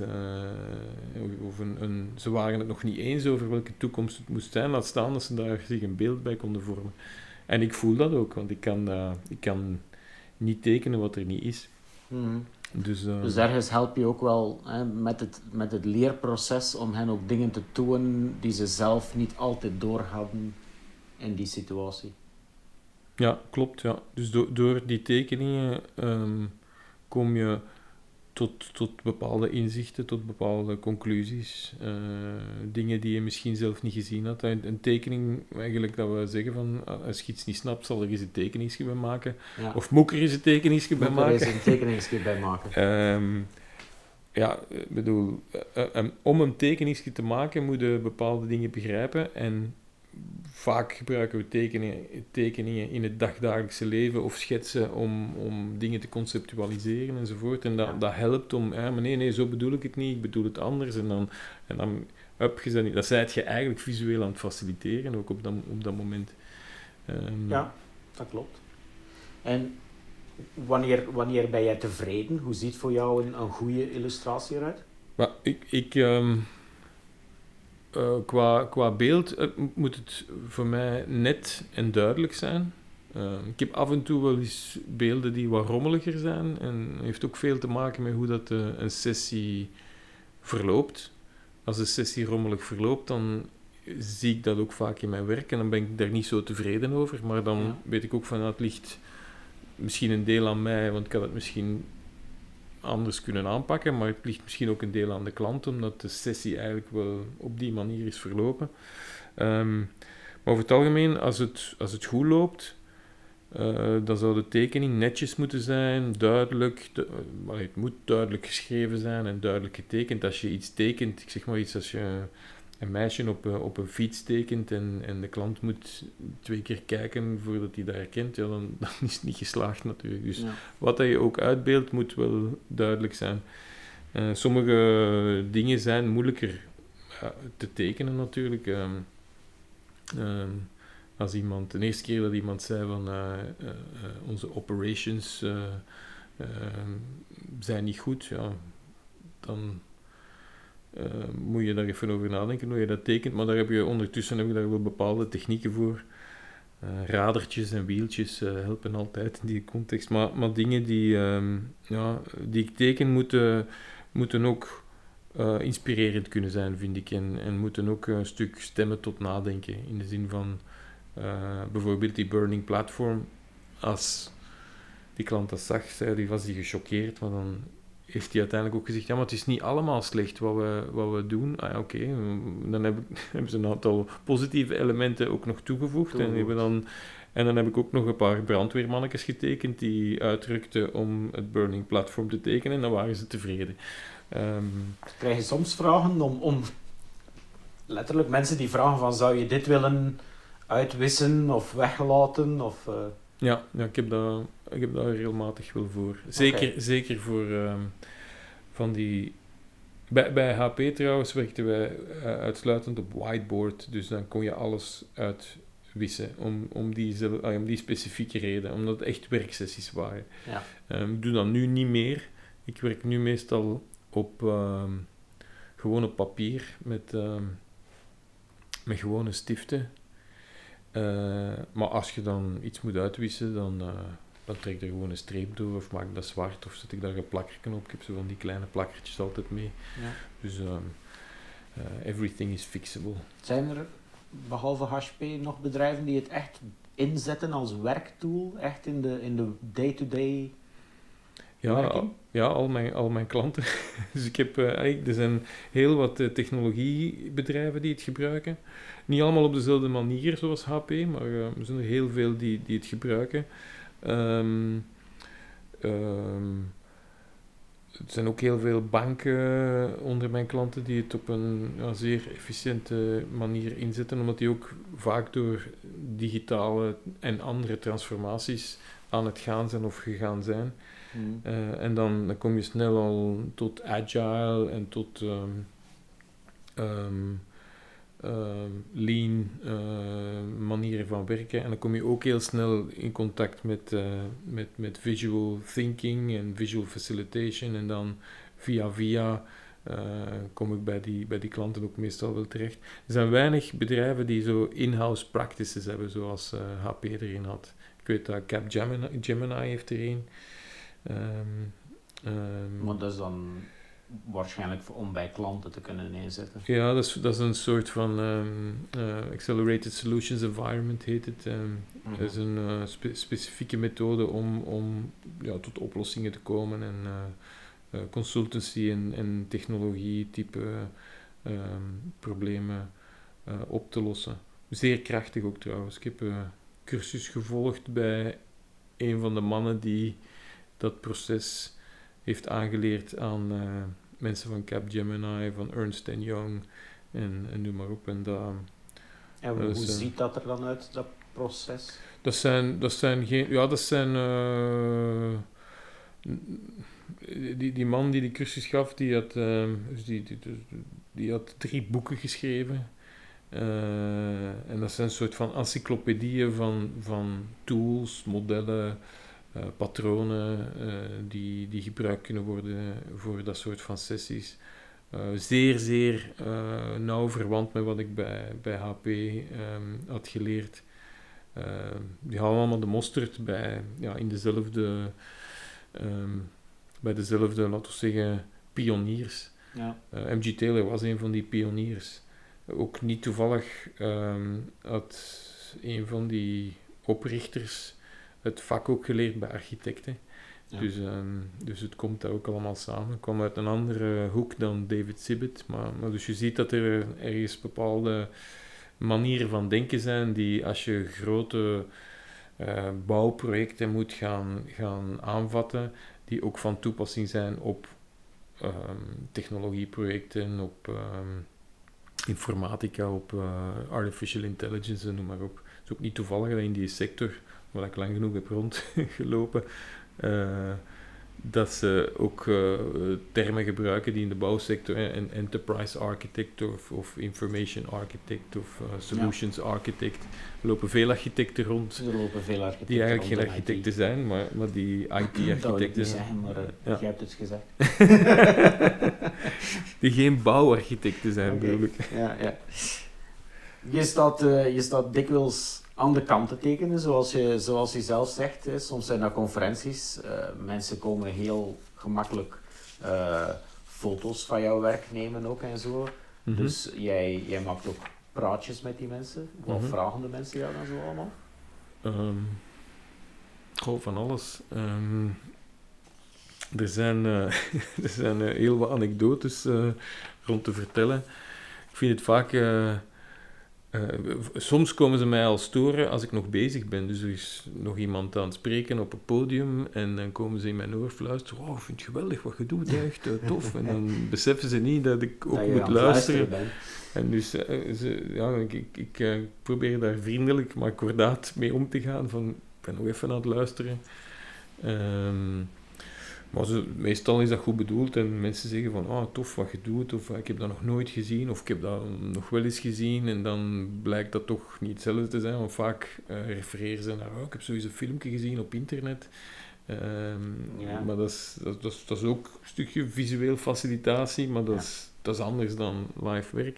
Ze waren het nog niet eens over welke toekomst het moest zijn, laat staan dat ze daar zich een beeld bij konden vormen. En ik voel dat ook, want ik kan niet tekenen wat er niet is. Mm-hmm. Dus ergens help je ook wel met het leerproces om hen ook dingen te tonen die ze zelf niet altijd doorhadden in die situatie. Ja, klopt. Ja. Dus door die tekeningen kom je tot bepaalde inzichten, tot bepaalde conclusies. Dingen die je misschien zelf niet gezien had. Een tekening, eigenlijk dat we zeggen van als je iets niet snapt, zal er eens een tekeningsje bij maken. Ja. Of moet er eens een tekeningsje bij maken. Er eens een tekeningsje bij maken. Ja, ik bedoel, om een tekeningsje te maken moet je bepaalde dingen begrijpen en vaak gebruiken we tekeningen in het dagdagelijkse leven of schetsen om dingen te conceptualiseren enzovoort. En dat helpt om, maar nee, zo bedoel ik het niet, ik bedoel het anders. En dan dat zijt je eigenlijk visueel aan het faciliteren, ook op dat moment. Ja, dat klopt. En wanneer ben jij tevreden? Hoe ziet voor jou een goede illustratie eruit? Maar qua beeld moet het voor mij net en duidelijk zijn. Ik heb af en toe wel eens beelden die wat rommeliger zijn. En dat heeft ook veel te maken met hoe dat een sessie verloopt. Als de sessie rommelig verloopt, dan zie ik dat ook vaak in mijn werk. En dan ben ik daar niet zo tevreden over. Maar dan weet ik ook van, het ligt misschien een deel aan mij, want ik had het misschien anders kunnen aanpakken, maar het ligt misschien ook een deel aan de klant, omdat de sessie eigenlijk wel op die manier is verlopen. Maar over het algemeen, als het goed loopt, dan zou de tekening netjes moeten zijn, duidelijk. Het moet duidelijk geschreven zijn en duidelijk getekend. Als je iets tekent, ik zeg maar iets, als je een meisje op een fiets tekent en de klant moet 2 keer kijken voordat hij dat herkent, dan is het niet geslaagd natuurlijk. Dus wat dat je ook uitbeeldt, moet wel duidelijk zijn. Sommige dingen zijn moeilijker te tekenen natuurlijk. Als de eerste keer dat iemand zei van onze operations zijn niet goed, dan moet je daar even over nadenken hoe je dat tekent, maar ondertussen heb je daar wel bepaalde technieken voor. Radertjes en wieltjes helpen altijd in die context, maar dingen die ik teken moeten ook inspirerend kunnen zijn, vind ik, en moeten ook een stuk stemmen tot nadenken, in de zin van bijvoorbeeld die burning platform. Als die klant dat zag, was die gechoqueerd, maar dan heeft hij uiteindelijk ook gezegd, ja, maar het is niet allemaal slecht wat we doen. Ah, ja, oké. Dan hebben ze een aantal positieve elementen ook nog toegevoegd. En dan heb ik ook nog een paar brandweermannetjes getekend die uitrukten om het Burning Platform te tekenen. En dan waren ze tevreden. Krijg je soms vragen om letterlijk mensen die vragen van, zou je dit willen uitwissen of weglaten? Of, Ja, ik heb daar regelmatig wel voor. Zeker voor van die... Bij HP trouwens werkten wij uitsluitend op whiteboard. Dus dan kon je alles uitwissen om die specifieke reden. Omdat het echt werksessies waren. Ja. Ik doe dat nu niet meer. Ik werk nu meestal op gewone papier met gewone stiften. Maar als je dan iets moet uitwissen, dan trek ik er gewoon een streep door of maak ik dat zwart of zet ik daar een plakkertje op. Ik heb zo van die kleine plakkertjes altijd mee. Ja. Dus everything is fixable. Zijn er, behalve HP, nog bedrijven die het echt inzetten als werktool? Echt in de day-to-day werking? Ja, al mijn klanten. Dus ik heb, er zijn heel wat technologiebedrijven die het gebruiken. Niet allemaal op dezelfde manier zoals HP, maar er zijn er heel veel die het gebruiken. Er zijn ook heel veel banken onder mijn klanten die het op een zeer efficiënte manier inzetten, omdat die ook vaak door digitale en andere transformaties aan het gaan zijn of gegaan zijn. En dan kom je snel al tot agile en tot lean manieren van werken. En dan kom je ook heel snel in contact met visual thinking en visual facilitation. En dan via kom ik bij die klanten ook meestal wel terecht. Er zijn weinig bedrijven die zo in-house practices hebben, zoals HP erin had. Ik weet dat Capgemini heeft er een. Maar dat is dan waarschijnlijk om bij klanten te kunnen inzetten. Ja, dat is een soort van Accelerated Solutions Environment heet het. Dat is een specifieke methode om tot oplossingen te komen en consultancy en technologie type problemen op te lossen. Zeer krachtig ook trouwens. Ik heb een cursus gevolgd bij een van de mannen die dat proces heeft aangeleerd aan mensen van Capgemini, van Ernst Young en noem maar op. En hoe ziet dat er dan uit, dat proces? Dat zijn die man die cursus gaf, die had 3 boeken geschreven. En dat zijn een soort van encyclopedieën van tools, modellen, patronen die gebruikt kunnen worden voor dat soort van sessies. Zeer nauw verwant met wat ik bij HP had geleerd. Die halen allemaal de mosterd bij dezelfde, laten we zeggen, pioniers. Ja. MG Taylor was een van die pioniers. Ook niet toevallig had een van die oprichters het vak ook geleerd bij architecten. Ja. Dus het komt daar ook allemaal samen. Het kwam uit een andere hoek dan David Sibbett. Maar dus je ziet dat er ergens bepaalde manieren van denken zijn die als je grote bouwprojecten moet gaan aanvatten, die ook van toepassing zijn op technologieprojecten, op informatica, op artificial intelligence en noem maar op. Het is ook niet toevallig dat in die sector, waar ik lang genoeg heb rondgelopen, dat ze ook termen gebruiken die in de bouwsector, een enterprise architect of information architect of solutions architect. Er lopen veel architecten rond. Die eigenlijk geen architecten zijn, maar die IT-architecten zijn. Dat wil ik niet zeggen, maar jij hebt het gezegd. Die geen bouwarchitecten zijn, bedoel ik. Ja. Je staat dikwijls aan de kant te tekenen, zoals je zelf zegt. Hè. Soms zijn dat conferenties. Mensen komen heel gemakkelijk foto's van jouw werk nemen ook en zo. Mm-hmm. Dus jij maakt ook praatjes met die mensen. Wat vragen de mensen jou dan zo allemaal? Van alles. Er zijn, er zijn heel wat anekdotes rond te vertellen. Ik vind het vaak... soms komen ze mij al storen als ik nog bezig ben. Dus er is nog iemand aan het spreken op een podium en dan komen ze in mijn oor fluisteren. Oh, ik vind het geweldig wat je doet, echt tof. En dan beseffen ze niet dat ik ook moet luisteren. En dus ik probeer daar vriendelijk, maar kordaat mee om te gaan. Van, ik ben nog even aan het luisteren. Maar meestal is dat goed bedoeld en mensen zeggen van, oh, tof wat je doet, of ik heb dat nog nooit gezien, of ik heb dat nog wel eens gezien, en dan blijkt dat toch niet hetzelfde te zijn, want vaak refereren ze naar, oh, ik heb sowieso een filmpje gezien op internet. Maar dat is ook een stukje visueel facilitatie, maar dat is anders dan live werk.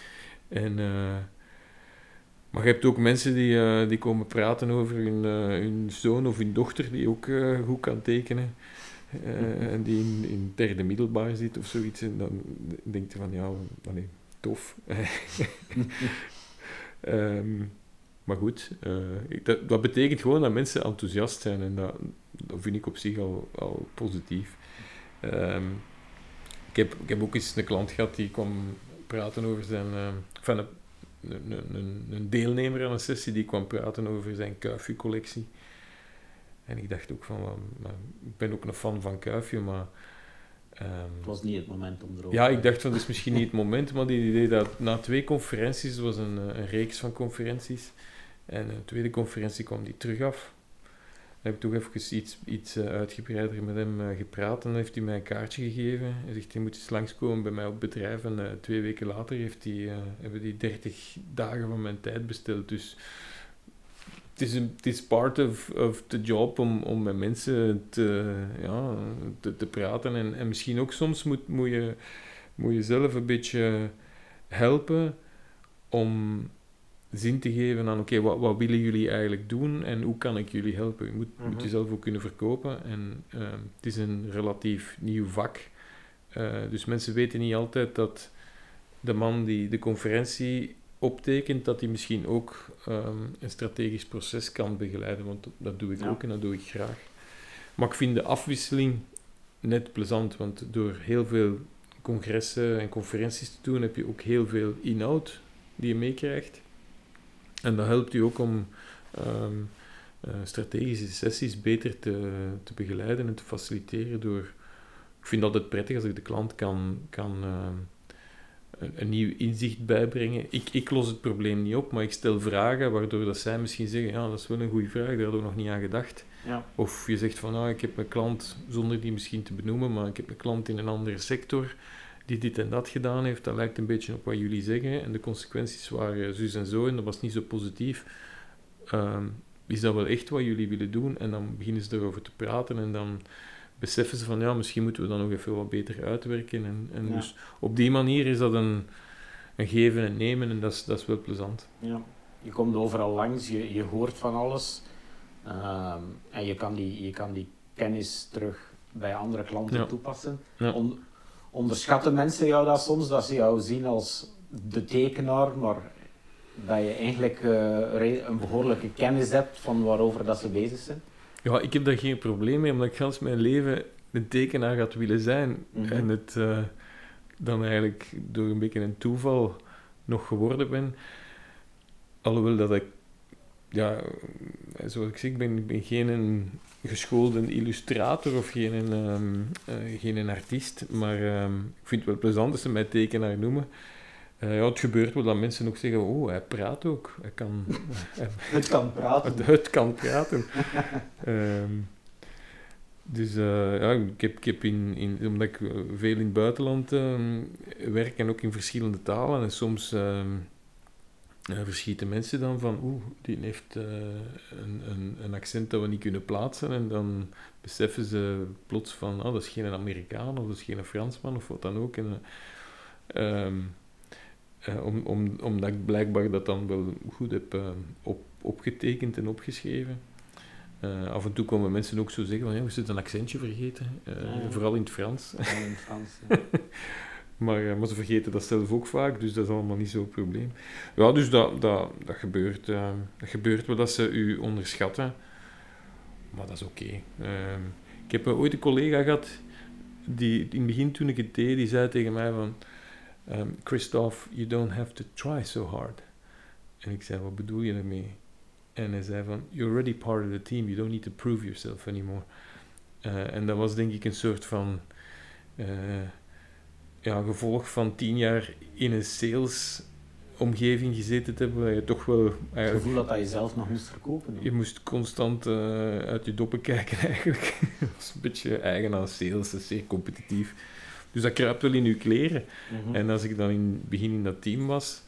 Maar je hebt ook mensen die komen praten over hun zoon of hun dochter, die ook goed kan tekenen. En die in derde middelbaar zit of zoiets. En dan denk je van, ja, tof. Maar goed, dat betekent gewoon dat mensen enthousiast zijn. En dat vind ik op zich al positief. Ik heb ook eens een klant gehad die kwam praten over zijn... een deelnemer aan een sessie die kwam praten over zijn Kuifje-collectie. En ik dacht ook van, maar ik ben ook een fan van Kuifje, maar... het was niet het moment om erover... Ja, ik dacht van, dat is misschien niet het moment, maar die deed dat na 2 conferenties, het was een reeks van conferenties, en een tweede conferentie kwam die terug af. Dan heb ik toch even iets uitgebreider met hem gepraat, en dan heeft hij mij een kaartje gegeven. Hij zegt, je moet eens langskomen bij mij op het bedrijf, en 2 weken later hebben die 30 dagen van mijn tijd besteld, dus... Het is part of the job om met mensen te praten. En misschien ook soms moet je zelf een beetje helpen om zin te geven aan, oké, wat willen jullie eigenlijk doen en hoe kan ik jullie helpen? Je moet jezelf ook kunnen verkopen. En het is een relatief nieuw vak. Dus mensen weten niet altijd dat de man die de conferentie optekent, dat hij misschien ook een strategisch proces kan begeleiden, want dat doe ik ook en dat doe ik graag. Maar ik vind de afwisseling net plezant, want door heel veel congressen en conferenties te doen, heb je ook heel veel inhoud die je meekrijgt. En dat helpt je ook om strategische sessies beter te begeleiden en te faciliteren door... Ik vind het altijd prettig als ik de klant kan een nieuw inzicht bijbrengen. Ik los het probleem niet op, maar ik stel vragen waardoor dat zij misschien zeggen, ja, dat is wel een goede vraag, daar hadden we nog niet aan gedacht. Ja. Of je zegt van, ik heb een klant, zonder die misschien te benoemen, maar ik heb een klant in een andere sector die dit en dat gedaan heeft. Dat lijkt een beetje op wat jullie zeggen en de consequenties waren zus en zo en dat was niet zo positief. Is dat wel echt wat jullie willen doen? En dan beginnen ze erover te praten en dan beseffen ze van, misschien moeten we dat nog even wat beter uitwerken. En dus op die manier is dat een geven en nemen en dat is wel plezant. Ja, je komt overal langs, je hoort van alles en je kan die kennis terug bij andere klanten toepassen. Ja. Onderschatten mensen jou dat soms, dat ze jou zien als de tekenaar, maar dat je eigenlijk een behoorlijke kennis hebt van waarover dat ze bezig zijn? Ja, ik heb daar geen probleem mee, omdat ik gans mijn leven een tekenaar had willen zijn. En het dan eigenlijk door een beetje een toeval nog geworden ben. Alhoewel dat ik, zoals ik zeg, ik ben geen geschoolde illustrator of geen artiest, maar ik vind het wel plezant dat ze mij tekenaar noemen. Het gebeurt wel dat mensen ook zeggen, oh, hij praat ook. Hij kan... het kan praten. Het kan praten. Dus ik heb omdat ik veel in het buitenland werk en ook in verschillende talen, en soms verschieten mensen dan van, die heeft een accent dat we niet kunnen plaatsen, en dan beseffen ze plots van, dat is geen Amerikaan, of dat is geen Fransman, of wat dan ook. En, omdat ik blijkbaar dat dan wel goed heb opgetekend en opgeschreven. Af en toe komen mensen ook zo zeggen van, we zitten een accentje vergeten. Vooral in het Frans. Vooral in het Frans, ja. Maar ze vergeten dat zelf ook vaak, dus dat is allemaal niet zo'n probleem. Ja, dus dat gebeurt. Dat gebeurt wel dat ze u onderschatten. Maar dat is oké. Ik heb ooit een collega gehad, die in het begin toen ik het deed, die zei tegen mij van... Christophe, you don't have to try so hard. En ik zei, wat bedoel je daarmee? En hij zei van, you're already part of the team, you don't need to prove yourself anymore. En dat was denk ik een soort van gevolg van 10 jaar in een salesomgeving gezeten te hebben, waar je toch wel... Het gevoel dat je zelf nog moest verkopen. Je moest constant uit je doppen kijken eigenlijk. Dat was een beetje eigen aan sales, dat is zeer competitief. Dus dat kruipt wel in je kleren. Mm-hmm. En als ik dan in het begin in dat team was...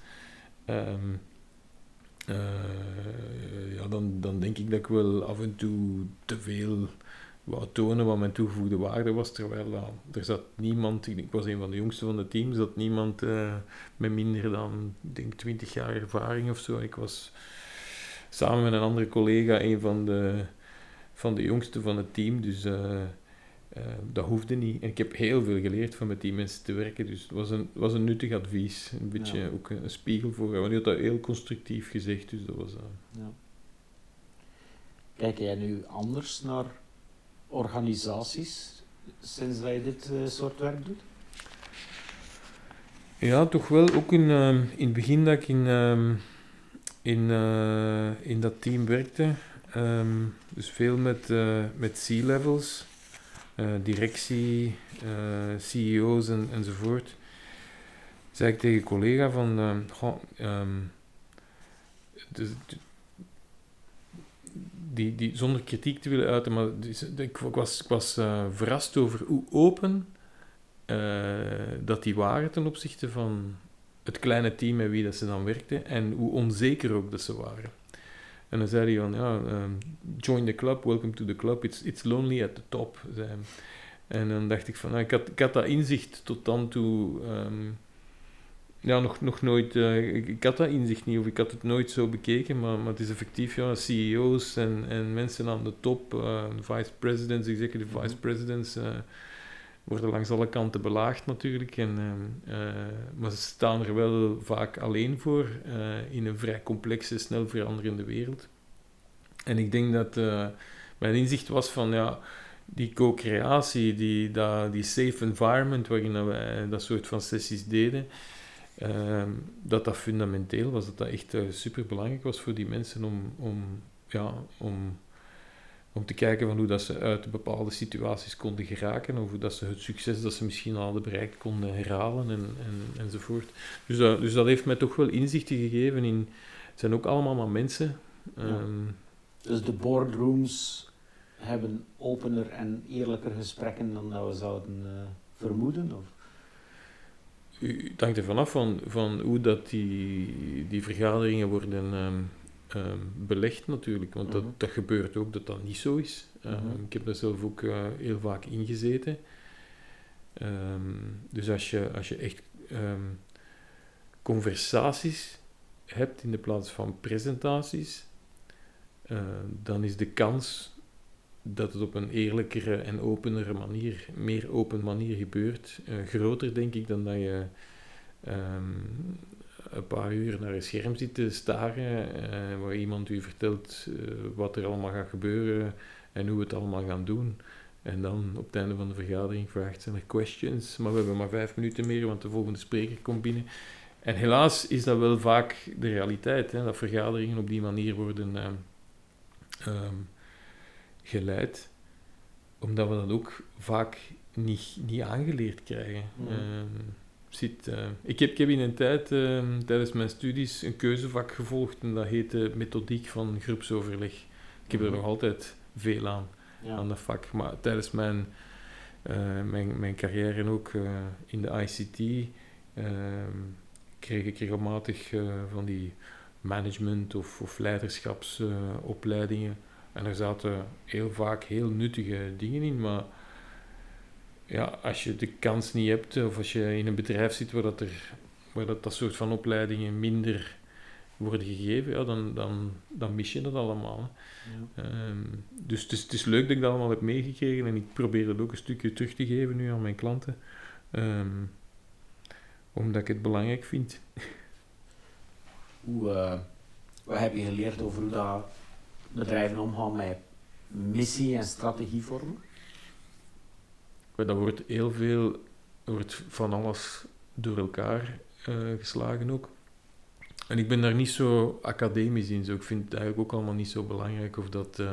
dan denk ik dat ik wel af en toe te veel wou tonen wat mijn toegevoegde waarde was, terwijl er zat niemand, ik was een van de jongsten van het team, zat niemand met minder dan, ik denk 20 jaar ervaring of zo. Ik was samen met een andere collega een van de jongsten van het team, dus dat hoefde niet. En ik heb heel veel geleerd van met die mensen te werken, dus het was een nuttig advies. Een beetje ook een spiegel voor, want die had dat heel constructief gezegd, dus dat was... Ja. Kijk jij nu anders naar organisaties sinds dat je dit soort werk doet? Ja, toch wel. Ook in het begin dat ik in dat team werkte, dus veel met C-levels, directie, CEO's enzovoort, zei ik tegen een collega van, die zonder kritiek te willen uiten, maar ik was verrast over hoe open dat die waren ten opzichte van het kleine team met wie dat ze dan werkten en hoe onzeker ook dat ze waren. En dan zei hij van, join the club, welcome to the club, it's lonely at the top, zei hij. En dan dacht ik van, ik had dat inzicht tot dan toe, nog nooit, ik had dat inzicht niet, of ik had het nooit zo bekeken, maar het is effectief, CEO's en mensen aan de top, vice presidents, executive vice presidents, worden langs alle kanten belaagd natuurlijk, maar ze staan er wel vaak alleen voor in een vrij complexe, snel veranderende wereld. En ik denk dat mijn inzicht was van die co-creatie, die safe environment waarin wij dat soort van sessies deden, dat fundamenteel was, dat echt superbelangrijk was voor die mensen om te kijken van hoe dat ze uit bepaalde situaties konden geraken, of hoe dat ze het succes dat ze misschien al hadden bereikt konden herhalen enzovoort. Dus dat heeft mij toch wel inzichten gegeven in... Het zijn ook allemaal maar mensen. Dus de boardrooms hebben opener en eerlijker gesprekken dan dat we zouden vermoeden? Of? Het hangt ervan af van hoe dat die vergaderingen worden belegd natuurlijk, want dat gebeurt ook dat dat niet zo is. Ik heb daar zelf ook heel vaak ingezeten. Dus als je echt conversaties hebt in de plaats van presentaties, dan is de kans dat het op een eerlijkere en openere manier, meer open manier gebeurt, groter denk ik dan dat je een paar uur naar een scherm zit te staren, waar iemand u vertelt wat er allemaal gaat gebeuren en hoe we het allemaal gaan doen. En dan op het einde van de vergadering vraagt, zijn er questions? Maar we hebben maar 5 minuten meer, want de volgende spreker komt binnen. En helaas is dat wel vaak de realiteit, dat vergaderingen op die manier worden geleid, omdat we dat ook vaak niet aangeleerd krijgen. Ik heb in een tijd, tijdens mijn studies, een keuzevak gevolgd en dat heette methodiek van groepsoverleg. Ik heb er nog altijd veel aan dat vak, maar tijdens mijn carrière en ook in de ICT kreeg ik regelmatig van die management- of leiderschapsopleidingen. En er zaten heel vaak heel nuttige dingen in, maar als je de kans niet hebt, of als je in een bedrijf zit waar dat soort van opleidingen minder worden gegeven, dan mis je dat allemaal. Ja. Dus het is leuk dat ik dat allemaal heb meegekregen en ik probeer dat ook een stukje terug te geven nu aan mijn klanten, omdat ik het belangrijk vind. Wat heb je geleerd over hoe dat bedrijven omgaan met missie en strategie vormen? dat wordt heel veel, wordt van alles door elkaar geslagen ook. En ik ben daar niet zo academisch in. Zo. Ik vind het eigenlijk ook allemaal niet zo belangrijk of dat...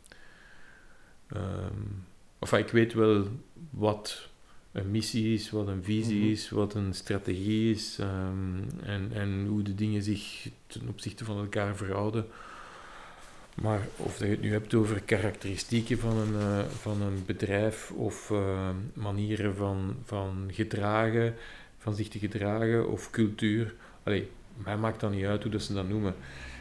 ik weet wel wat een missie is, wat een visie is, wat een strategie is en hoe de dingen zich ten opzichte van elkaar verhouden. Maar of je het nu hebt over karakteristieken van een bedrijf of manieren van gedragen, van zich te gedragen of cultuur, mij maakt dat niet uit hoe dat ze dat noemen.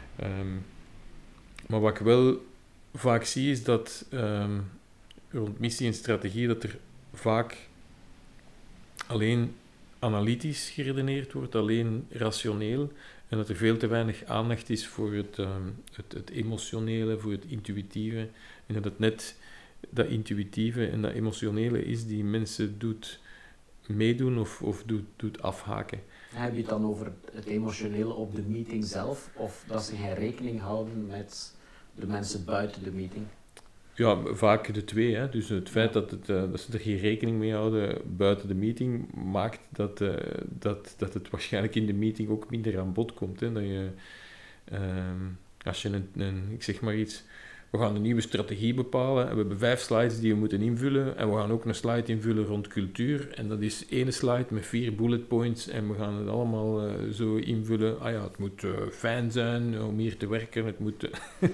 Maar wat ik wel vaak zie is dat rond missie en strategie dat er vaak alleen analytisch geredeneerd wordt, alleen rationeel, en dat er veel te weinig aandacht is voor het emotionele, voor het intuïtieve, en dat het net dat intuïtieve en dat emotionele is die mensen doet meedoen of doet afhaken. Heb je het dan over het emotionele op de meeting zelf, of dat ze geen rekening houden met de mensen buiten de meeting? Ja, vaak de twee. Hè. Dus het feit dat ze er geen rekening mee houden buiten de meeting, maakt dat het waarschijnlijk in de meeting ook minder aan bod komt. Hè. Dat je, als je ik zeg maar iets, we gaan een nieuwe strategie bepalen en we hebben 5 slides die we moeten invullen en we gaan ook een slide invullen rond cultuur en dat is 1 slide met 4 bullet points en we gaan het allemaal zo invullen. Het moet fijn zijn om hier te werken, het moet...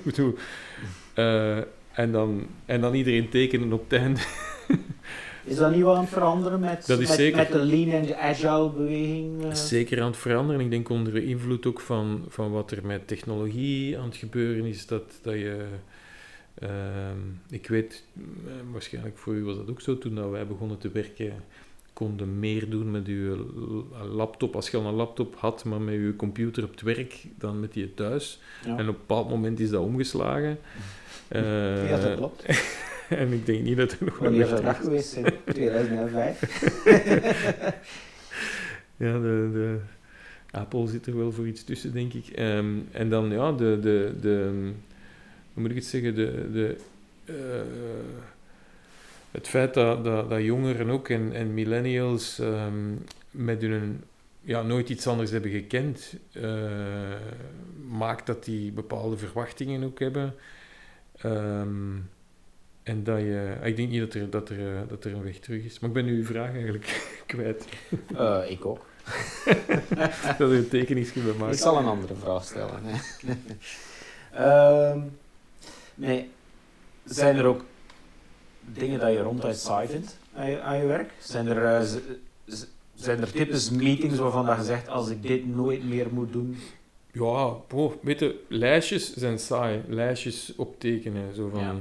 En dan iedereen tekenen op het einde. Is dat niet wel aan het veranderen met de lean en de agile beweging? Zeker aan het veranderen. Ik denk onder invloed ook van wat er met technologie aan het gebeuren is. Dat je... ik weet, waarschijnlijk voor u was dat ook zo, toen wij begonnen te werken, konden meer doen met uw laptop. Als je al een laptop had, maar met uw computer op het werk, dan met die thuis. Ja. En op een bepaald moment is dat omgeslagen. Ja, dat klopt. En ik denk niet dat er nog... Wanneer zou dat geweest zijn? 2005? Ja, de Apple zit er wel voor iets tussen, denk ik. En dan, ja, hoe moet ik het zeggen, het feit dat jongeren ook en millennials met hun nooit iets anders hebben gekend, maakt dat die bepaalde verwachtingen ook hebben. En ik denk niet dat er een weg terug is. Maar ik ben nu uw vraag eigenlijk kwijt. Ik ook. Dat er een tekeningsje bij maakt. Ik zal een andere vraag stellen. Nee. Zijn er ook dingen dat je ronduit saai vindt aan je werk? Zijn er typisch meetings waarvan dat je zegt, als ik dit nooit meer moet doen? Ja, weet je, lijstjes zijn saai. Lijstjes optekenen. Zo van,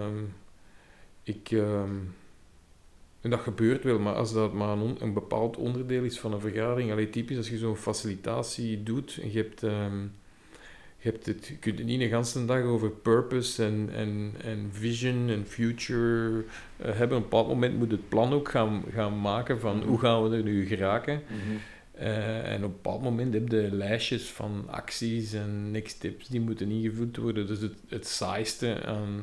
en dat gebeurt wel, maar als dat maar een bepaald onderdeel is van een vergadering, typisch als je zo'n facilitatie doet, en je kunt het niet een ganse dag over purpose en vision en future hebben. Op een bepaald moment moet het plan ook gaan maken van hoe gaan we er nu geraken. Mm-hmm. En op een bepaald moment heb je lijstjes van acties en next steps die moeten ingevuld worden. Dus het saaiste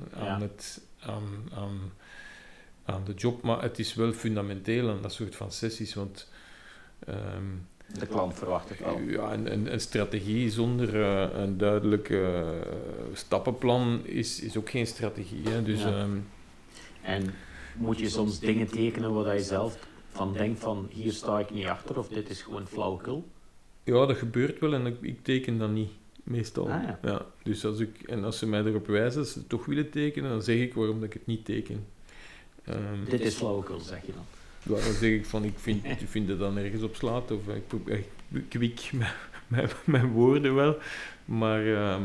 aan de job, maar het is wel fundamenteel aan dat soort van sessies, want... de klant verwacht het wel. Ja, een strategie zonder een duidelijk stappenplan is ook geen strategie. Hè? Dus, en moet je soms dingen tekenen waar je zelf van denkt van hier sta ik niet achter of dit is gewoon flauwekul? Ja, dat gebeurt wel en ik teken dat niet, meestal. Ja, dus als ze mij erop wijzen dat ze het toch willen tekenen, dan zeg ik waarom dat ik het niet teken. Dit is flauwekul, zeg je dan? Ja, dan zeg ik van, ik vind het dan ergens op slaat, of ik kwik mijn woorden wel, maar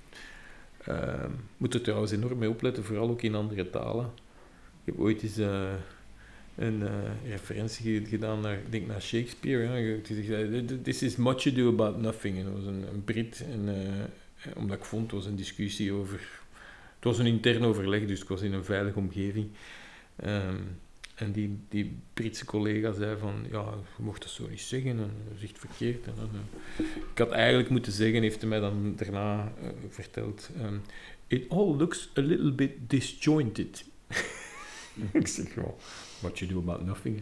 moet er trouwens enorm mee opletten, vooral ook in andere talen. Ik heb ooit eens een referentie gedaan naar Shakespeare. Ja. Die zegt, this is much ado about nothing. En dat was een Brit, omdat ik vond, het was een discussie over... Het was een intern overleg, dus ik was in een veilige omgeving. En die Britse collega zei van, ja, je mocht dat zo niet zeggen, en dat is echt verkeerd. En ik had eigenlijk moeten zeggen, heeft hij mij dan daarna verteld, it all looks a little bit disjointed. Ik zeg gewoon, what you do about nothing.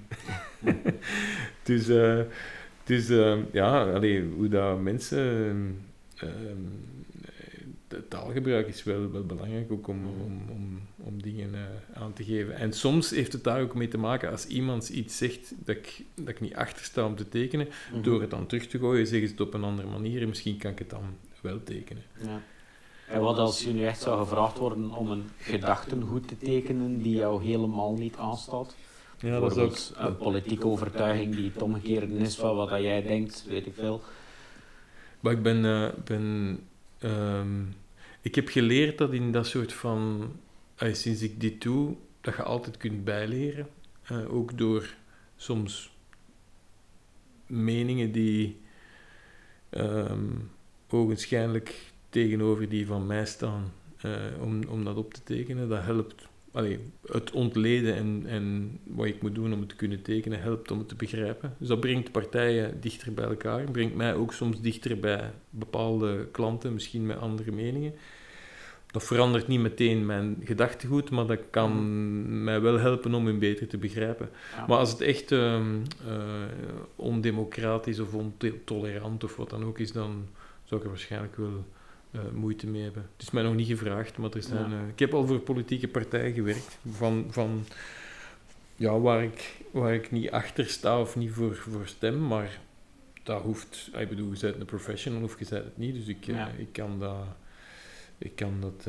Dus ja, hoe dat mensen... de taalgebruik is wel belangrijk ook om dingen aan te geven. En soms heeft het daar ook mee te maken als iemand iets zegt dat ik niet achter sta om te tekenen, door het dan terug te gooien, zeggen ze het op een andere manier en misschien kan ik het dan wel tekenen. Ja. En wat als je nu echt zou gevraagd worden om een gedachtengoed te tekenen die jou helemaal niet aanstaat? Ja, dat is Bijvoorbeeld ook... een politieke overtuiging die het omgekeerde is van wat dat jij denkt, weet ik veel. Maar ik heb geleerd dat in dat soort van... sinds ik dit doe, dat je altijd kunt bijleren. Ook door soms meningen die ogenschijnlijk tegenover die van mij staan, om dat op te tekenen. Dat helpt. Het ontleden en wat ik moet doen om het te kunnen tekenen, helpt om het te begrijpen. Dus dat brengt partijen dichter bij elkaar. Brengt mij ook soms dichter bij bepaalde klanten, misschien met andere meningen. Dat verandert niet meteen mijn gedachtegoed, maar dat kan mij wel helpen om hem beter te begrijpen. Ja. Maar als het echt ondemocratisch of ontolerant of wat dan ook is, dan zou ik er waarschijnlijk wel moeite mee hebben. Het is mij nog niet gevraagd, maar er zijn, ik heb al voor politieke partijen gewerkt, waar ik niet achter sta of niet voor stem, maar dat hoeft... Ik bedoel, je bent een professional of je bent het niet, dus ik kan dat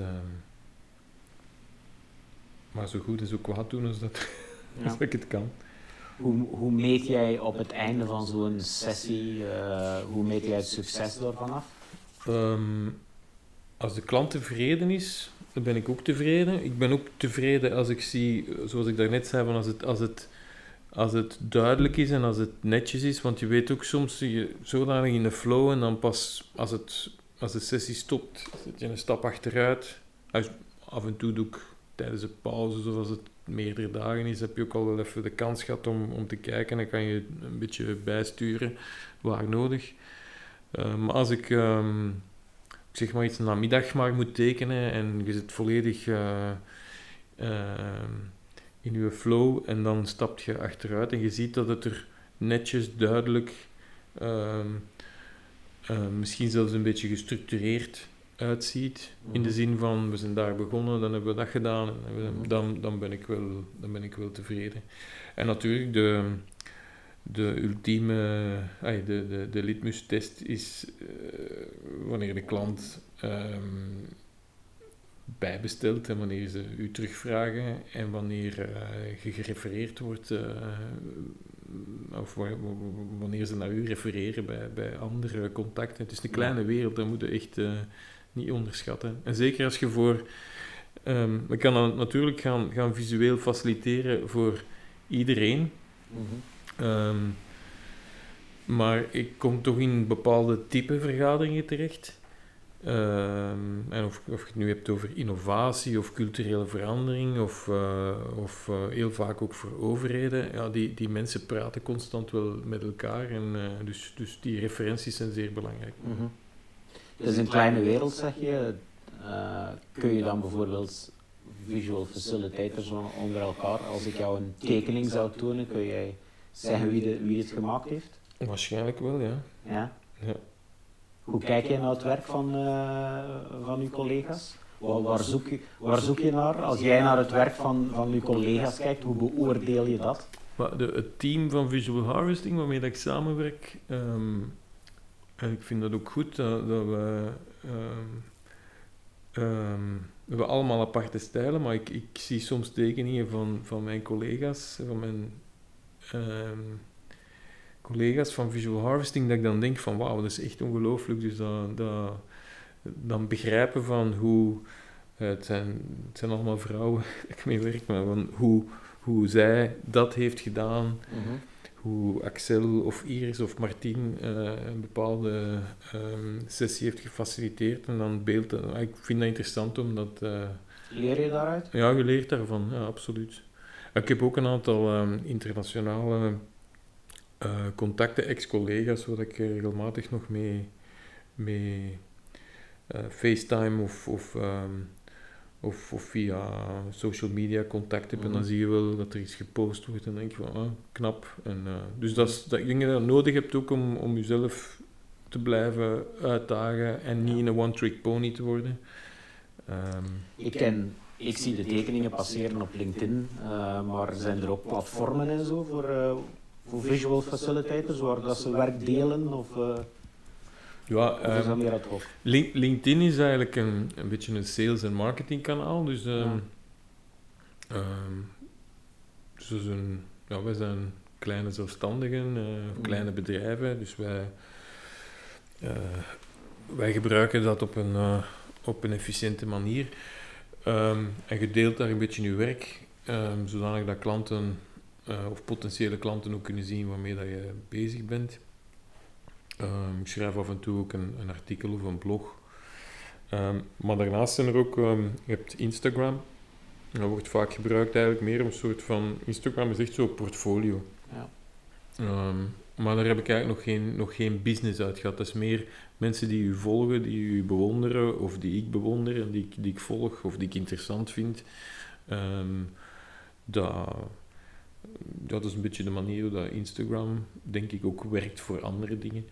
maar zo goed en zo kwaad doen als als ik het kan. Hoe meet jij op het einde van zo'n sessie, hoe meet jij het succes daarvan af? Als de klant tevreden is, dan ben ik ook tevreden. Ik ben ook tevreden als ik zie, zoals ik daarnet zei, van als het duidelijk is en als het netjes is. Want je weet ook soms, je zodanig in de flow en dan pas als de sessie stopt, zet je een stap achteruit. Af en toe doe ik tijdens de pauze, zoals het meerdere dagen is, heb je ook al wel even de kans gehad om te kijken. Dan kan je een beetje bijsturen waar nodig. Maar als ik zeg maar iets namiddag maar moet tekenen en je zit volledig in je flow en dan stap je achteruit en je ziet dat het er netjes, duidelijk, misschien zelfs een beetje gestructureerd uitziet. In de zin van, we zijn daar begonnen, dan hebben we dat gedaan en dan ben ik wel tevreden. En natuurlijk de ultieme, de litmus-test is wanneer de klant bijbestelt en wanneer ze u terugvragen en wanneer je gerefereerd wordt of wanneer ze naar u refereren bij andere contacten. Het is een kleine wereld, dat moet je echt niet onderschatten. En zeker als je we kan dan natuurlijk gaan visueel faciliteren voor iedereen. Maar ik kom toch in bepaalde type vergaderingen terecht. En of je het nu hebt over innovatie of culturele verandering of heel vaak ook voor overheden. Ja, die mensen praten constant wel met elkaar en dus die referenties zijn zeer belangrijk. Het is een kleine wereld, zeg je. Kun je dan bijvoorbeeld visual facilitators onder elkaar, als ik jou een tekening zou tonen, kun jij zeggen wie het gemaakt heeft? Waarschijnlijk wel, ja. Ja? Hoe kijk je naar het werk van uw collega's? Waar zoek je naar? Als jij naar het werk van uw collega's kijkt, hoe beoordeel je dat? Maar het team van Visual Harvesting, waarmee dat ik samenwerk, en ik vind dat ook goed, dat we hebben allemaal aparte stijlen, maar ik zie soms tekeningen van mijn collega's, van mijn collega's van Visual Harvesting, dat ik dan denk van wauw, dat is echt ongelooflijk. Dus dan begrijpen van hoe, het zijn allemaal vrouwen dat ik mee werk, maar van hoe zij dat heeft gedaan, hoe Axel of Iris of Martien een bepaalde sessie heeft gefaciliteerd en dan beeld. Ik vind dat interessant omdat... Leer je daaruit? Ja, je leert daarvan, ja, absoluut. Ik heb ook een aantal internationale contacten, ex-collega's, waar ik regelmatig nog mee FaceTime of via social media contact hebt en dan zie je wel dat er iets gepost wordt en dan denk je van, knap. En, dus dat ik denk dat je dat nodig hebt ook om jezelf te blijven uitdagen en niet in een one-trick pony te worden. Ik zie de tekeningen passeren op LinkedIn, maar zijn er ook platformen en zo voor visual facilitators waar dat ze werk delen? Of is dat meer ad hoc? LinkedIn is eigenlijk een beetje een sales- en marketingkanaal. Dus, wij zijn kleine zelfstandigen, kleine bedrijven. Dus wij gebruiken dat op een efficiënte manier. En je deelt daar een beetje je werk, zodanig dat klanten of potentiële klanten ook kunnen zien waarmee dat je bezig bent. Ik schrijf af en toe ook een artikel of een blog. Maar daarnaast zijn er ook, je hebt Instagram. Dat wordt vaak gebruikt eigenlijk meer om een soort van... Instagram is echt zo'n portfolio. Ja. Maar daar heb ik eigenlijk nog geen business uit gehad. Dat is meer mensen die u volgen, die u bewonderen, of die ik bewonder en die ik volg, of die ik interessant vind. Dat is een beetje de manier hoe dat Instagram, denk ik, ook werkt voor andere dingen.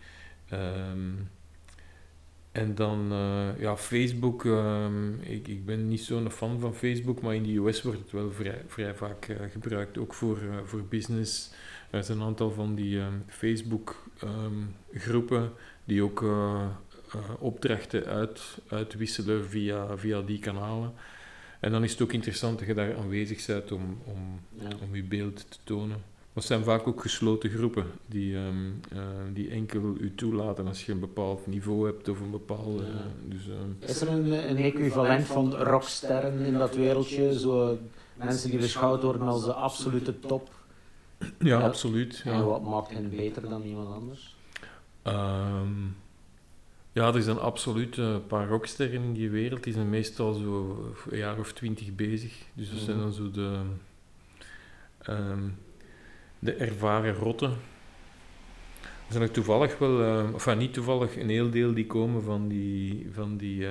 En dan, Facebook. Ik ben niet zo'n fan van Facebook, maar in de US wordt het wel vrij vaak gebruikt, ook voor business. Er zijn een aantal van die Facebook-groepen die ook opdrachten uitwisselen via die kanalen. En dan is het ook interessant dat je daar aanwezig bent om je beeld te tonen. Maar het zijn vaak ook gesloten groepen die enkel u toelaten als je een bepaald niveau hebt of een bepaalde... Is er een equivalent van rocksterren in dat wereldje? Zo mensen die beschouwd worden als de absolute top? Ja, absoluut. Ja. En wat maakt hen beter dan iemand anders? Er zijn absoluut een paar rocksterren in die wereld. Die zijn meestal zo een jaar of 20 bezig. Dus dat zijn dan zo de ervaren rotten. Er zijn er toevallig wel, niet toevallig, een heel deel die komen van die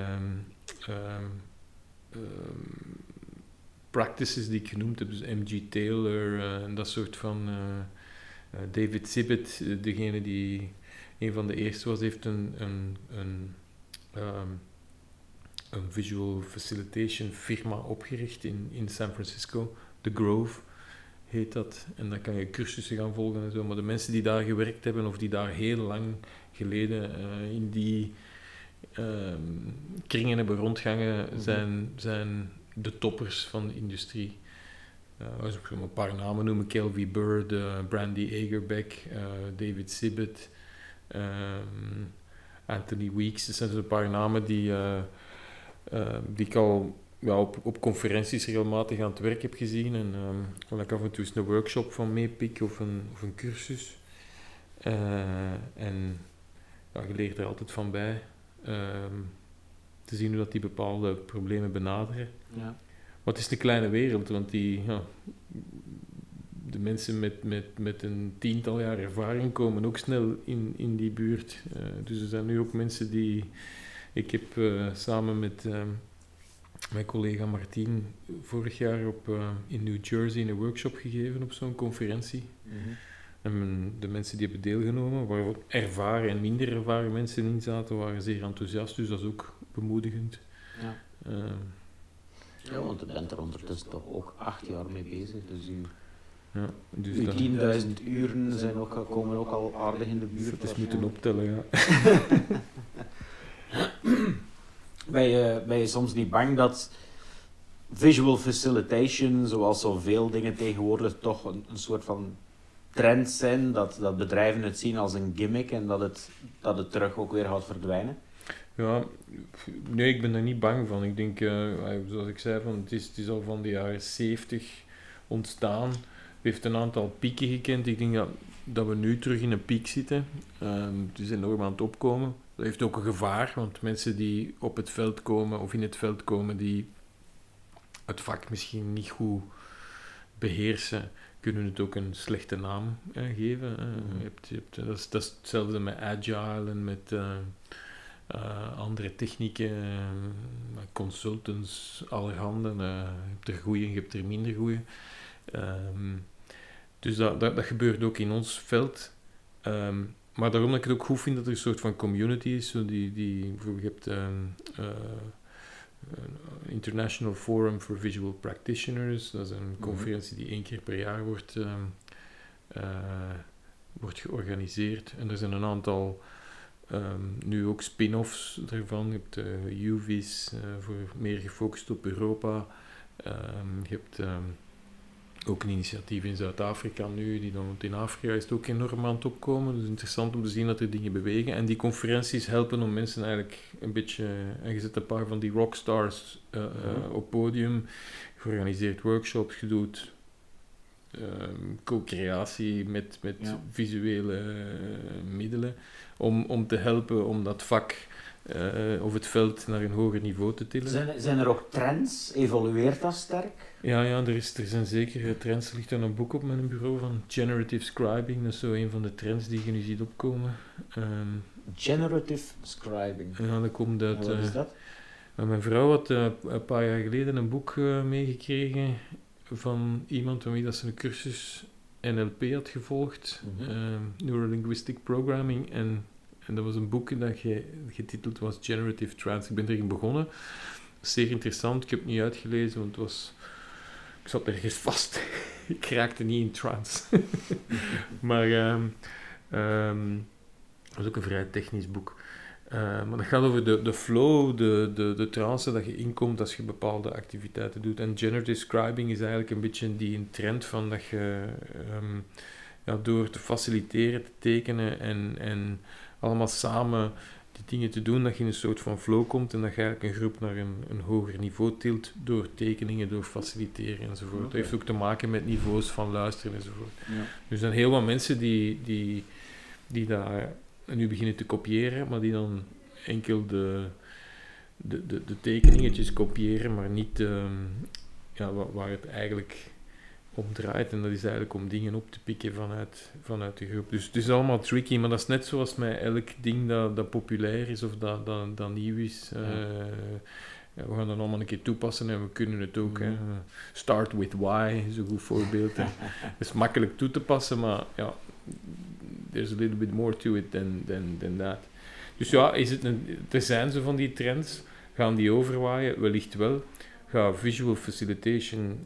practices die ik genoemd heb. Dus M.G. Taylor en dat soort van... David Sibbitt, degene die een van de eerste was, heeft een visual facilitation firma opgericht in San Francisco. The Grove heet dat. En dan kan je cursussen gaan volgen en zo. Maar de mensen die daar gewerkt hebben of die daar heel lang geleden in die kringen hebben rondgangen, zijn de toppers van de industrie. Als ik een paar namen noemen: Kelvin Bird, Brandy Agerbeck, David Sibbitt, Anthony Weeks. Dat zijn dus een paar namen die ik al op conferenties regelmatig aan het werk heb gezien. En waar ik af en toe eens een workshop van meepik of een cursus. En je leert er altijd van bij. Te zien hoe dat die bepaalde problemen benaderen. Ja. Maar het is een kleine wereld, want de mensen met een 10-tal jaar ervaring komen ook snel in die buurt. Dus er zijn nu ook mensen die... Ik heb samen met mijn collega Martien vorig jaar in New Jersey een workshop gegeven op zo'n conferentie. Mm-hmm. En de mensen die hebben deelgenomen, waar ook ervaren en minder ervaren mensen in zaten, waren zeer enthousiast, dus dat is ook bemoedigend. Ja. Ja, want je bent er ondertussen toch ook 8 jaar mee bezig, dus uw 10.000 uren komen ook al aardig in de buurt. Het is moeten optellen, ja. Ben je soms niet bang dat visual facilitation, zoals zoveel dingen tegenwoordig, toch een soort van trend zijn, dat bedrijven het zien als een gimmick en dat het terug ook weer gaat verdwijnen? Ja, nee, ik ben daar niet bang van. Ik denk, zoals ik zei, het is al van de jaren 70 ontstaan. Het heeft een aantal pieken gekend. Ik denk dat we nu terug in een piek zitten. Het is enorm aan het opkomen. Dat heeft ook een gevaar, want mensen die op het veld komen of in het veld komen, die het vak misschien niet goed beheersen, kunnen het ook een slechte naam geven. Dat is hetzelfde met agile en andere technieken, consultants, allerhande. Je hebt er goeie en je hebt er minder goeie. Dus dat gebeurt ook in ons veld. Maar daarom dat ik het ook goed vind dat er een soort van community is. Zo bijvoorbeeld, je hebt International Forum for Visual Practitioners. Dat is een conferentie die 1 keer per jaar wordt georganiseerd. En er zijn een aantal nu ook spin-offs daarvan. Je hebt UV's voor meer gefocust op Europa. Je hebt ook een initiatief in Zuid-Afrika nu, in Afrika is het ook enorm aan het opkomen. Dus interessant om te zien dat er dingen bewegen. En die conferenties helpen om mensen eigenlijk een beetje... En je zet een paar van die rockstars op podium, georganiseerd workshops, je doet co-creatie met visuele middelen, om te helpen om dat vak of het veld naar een hoger niveau te tillen. Zijn er ook trends? Evolueert dat sterk? Ja, er zijn zeker trends. Er ligt dan een boek op mijn bureau van Generative Scribing. Dat is zo een van de trends die je nu ziet opkomen. Generative Scribing? Ja, dat komt uit... Wat is dat? Mijn vrouw had een paar jaar geleden een boek meegekregen van iemand van wie dat ze een cursus NLP had gevolgd. Neurolinguistic Programming. En dat was een boek dat getiteld was Generative Trance. Ik ben erin begonnen. Zeer interessant. Ik heb het niet uitgelezen, want ik zat ergens vast. Ik raakte niet in trance. Maar dat is ook een vrij technisch boek. Maar dat gaat over de flow, de trance dat je inkomt als je bepaalde activiteiten doet. En generative scribing is eigenlijk een beetje die trend van dat je door te faciliteren, te tekenen en allemaal samen die dingen te doen, dat je in een soort van flow komt en dat je eigenlijk een groep naar een hoger niveau tilt door tekeningen, door faciliteren enzovoort. Okay. Dat heeft ook te maken met niveaus van luisteren enzovoort. Ja. Dus er zijn heel wat mensen die daar nu beginnen te kopiëren, maar die dan enkel de tekeningetjes kopiëren, maar niet waar het eigenlijk om draait. En dat is eigenlijk om dingen op te pikken vanuit de groep. Dus het is allemaal tricky, maar dat is net zoals met elk ding dat populair is of dat nieuw is. We gaan dat allemaal een keer toepassen en we kunnen het ook. Start with why is een goed voorbeeld. Het is makkelijk toe te passen, maar ja, there's a little bit more to it than that. Dus ja, er zijn zo van die trends. Gaan die overwaaien? Wellicht wel. Gaat visual facilitation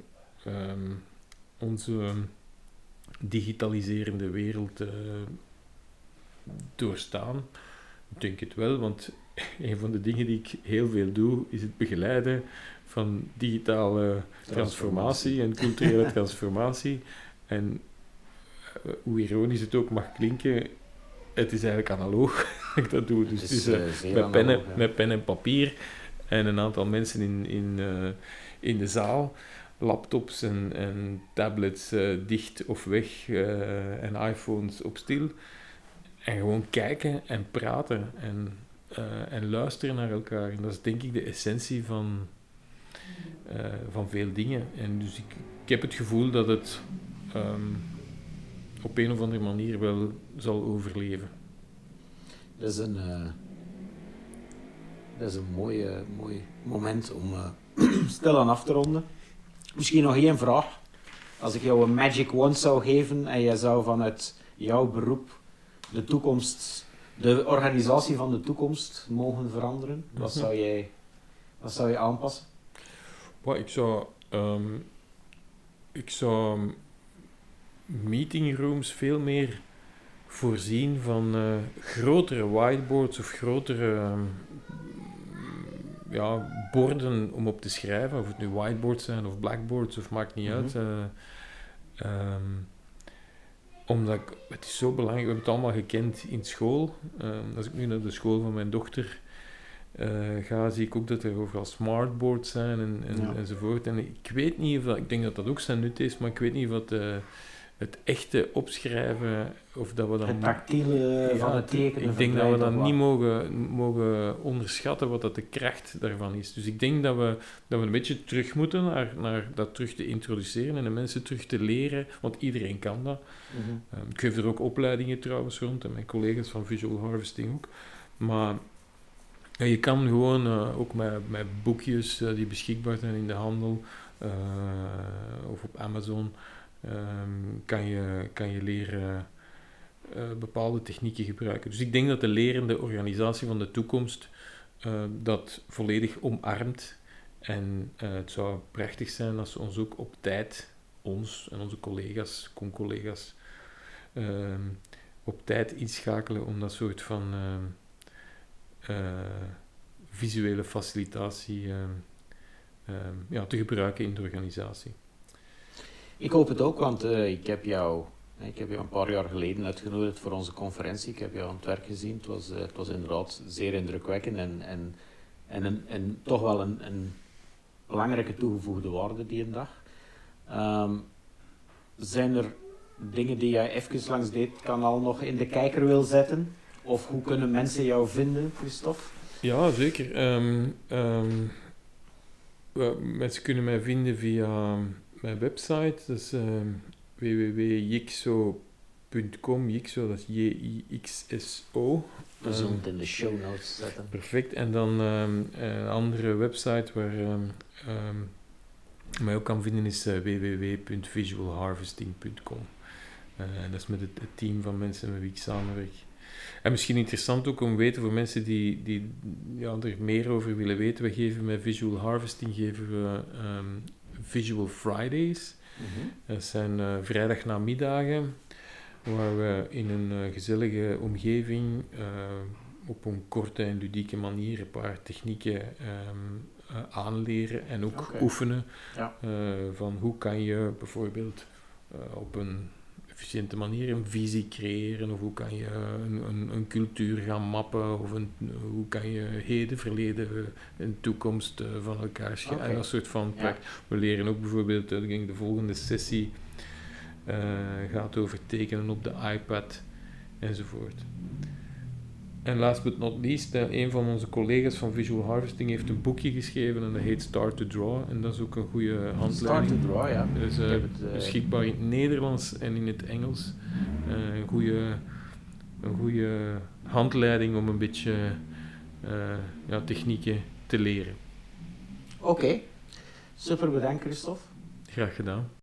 onze digitaliserende wereld doorstaan? Ik denk het wel, want een van de dingen die ik heel veel doe, is het begeleiden van digitale transformatie en culturele transformatie. En hoe ironisch het ook mag klinken, het is eigenlijk analoog dat ik dat doe. Dus het is met pen en papier en een aantal mensen in de zaal, laptops en tablets dicht of weg en iPhones op stil. En gewoon kijken en praten en luisteren naar elkaar. En dat is denk ik de essentie van veel dingen. En dus ik heb het gevoel dat het op een of andere manier wel zal overleven. Dat is een mooi moment om stilaan af te ronden. Misschien nog één vraag. Als ik jou een magic wand zou geven en jij zou vanuit jouw beroep de toekomst, de organisatie van de toekomst mogen veranderen, wat zou je aanpassen? Ik zou meetingrooms veel meer voorzien van grotere whiteboards of grotere borden om op te schrijven, of het nu whiteboards zijn of blackboards of maakt niet uit. Omdat het is zo belangrijk, we hebben het allemaal gekend in school. Als ik nu naar de school van mijn dochter ga, zie ik ook dat er overal smartboards zijn enzovoort. En ik weet niet of ik denk dat ook zijn nut is, maar ik weet niet of het echte opschrijven, of dat we dan... Het tactiele van het tekenen. Ik denk dat we dan niet mogen onderschatten wat dat de kracht daarvan is. Dus ik denk dat we een beetje terug moeten naar dat terug te introduceren en de mensen terug te leren, want iedereen kan dat. Ik geef er ook opleidingen trouwens rond en mijn collega's van Visual Harvesting ook. Maar Ja, je kan gewoon ook met boekjes die beschikbaar zijn in de handel of op Amazon, kan je leren bepaalde technieken gebruiken. Dus ik denk dat de lerende organisatie van de toekomst dat volledig omarmt. En het zou prachtig zijn als ze ons ook op tijd, ons en onze collega's, con-collega's, op tijd inschakelen om dat soort van visuele facilitatie te gebruiken in de organisatie. Ik hoop het ook, want ik heb jou een paar jaar geleden uitgenodigd voor onze conferentie. Ik heb jou aan het werk gezien. Het was inderdaad zeer indrukwekkend en toch wel een belangrijke toegevoegde waarde die een dag. Zijn er dingen die jij even langs dit kanaal nog in de kijker wil zetten? Of hoe kunnen mensen jou vinden, Christophe? Ja, zeker. Mensen kunnen mij vinden via mijn website. Dat is www.jixo.com. Jixo, dat is J-I-X-S-O. We zullen het in de show notes zetten. Perfect. En dan een andere website waar mij ook kan vinden is www.visualharvesting.com. Dat is met het team van mensen met wie ik samenwerk. En misschien interessant ook om te weten voor mensen die er meer over willen weten. We geven met Visual Harvesting Visual Fridays. Mm-hmm. Dat zijn vrijdagnamiddagen waar we in een gezellige omgeving op een korte en ludieke manier een paar technieken aanleren en ook oefenen. Ja. Van hoe kan je bijvoorbeeld op een efficiënte manier een visie creëren, of hoe kan je een cultuur gaan mappen, of hoe kan je heden, verleden en toekomst van elkaar scheiden. En dat soort van We leren ook bijvoorbeeld, de volgende sessie gaat over tekenen op de iPad enzovoort. En last but not least, een van onze collega's van Visual Harvesting heeft een boekje geschreven en dat heet Start to Draw. En dat is ook een goede handleiding. Start to Draw, ja. Dat is beschikbaar in het Nederlands en in het Engels. Een goede handleiding om een beetje technieken te leren. Oké. Super bedankt, Christophe. Graag gedaan.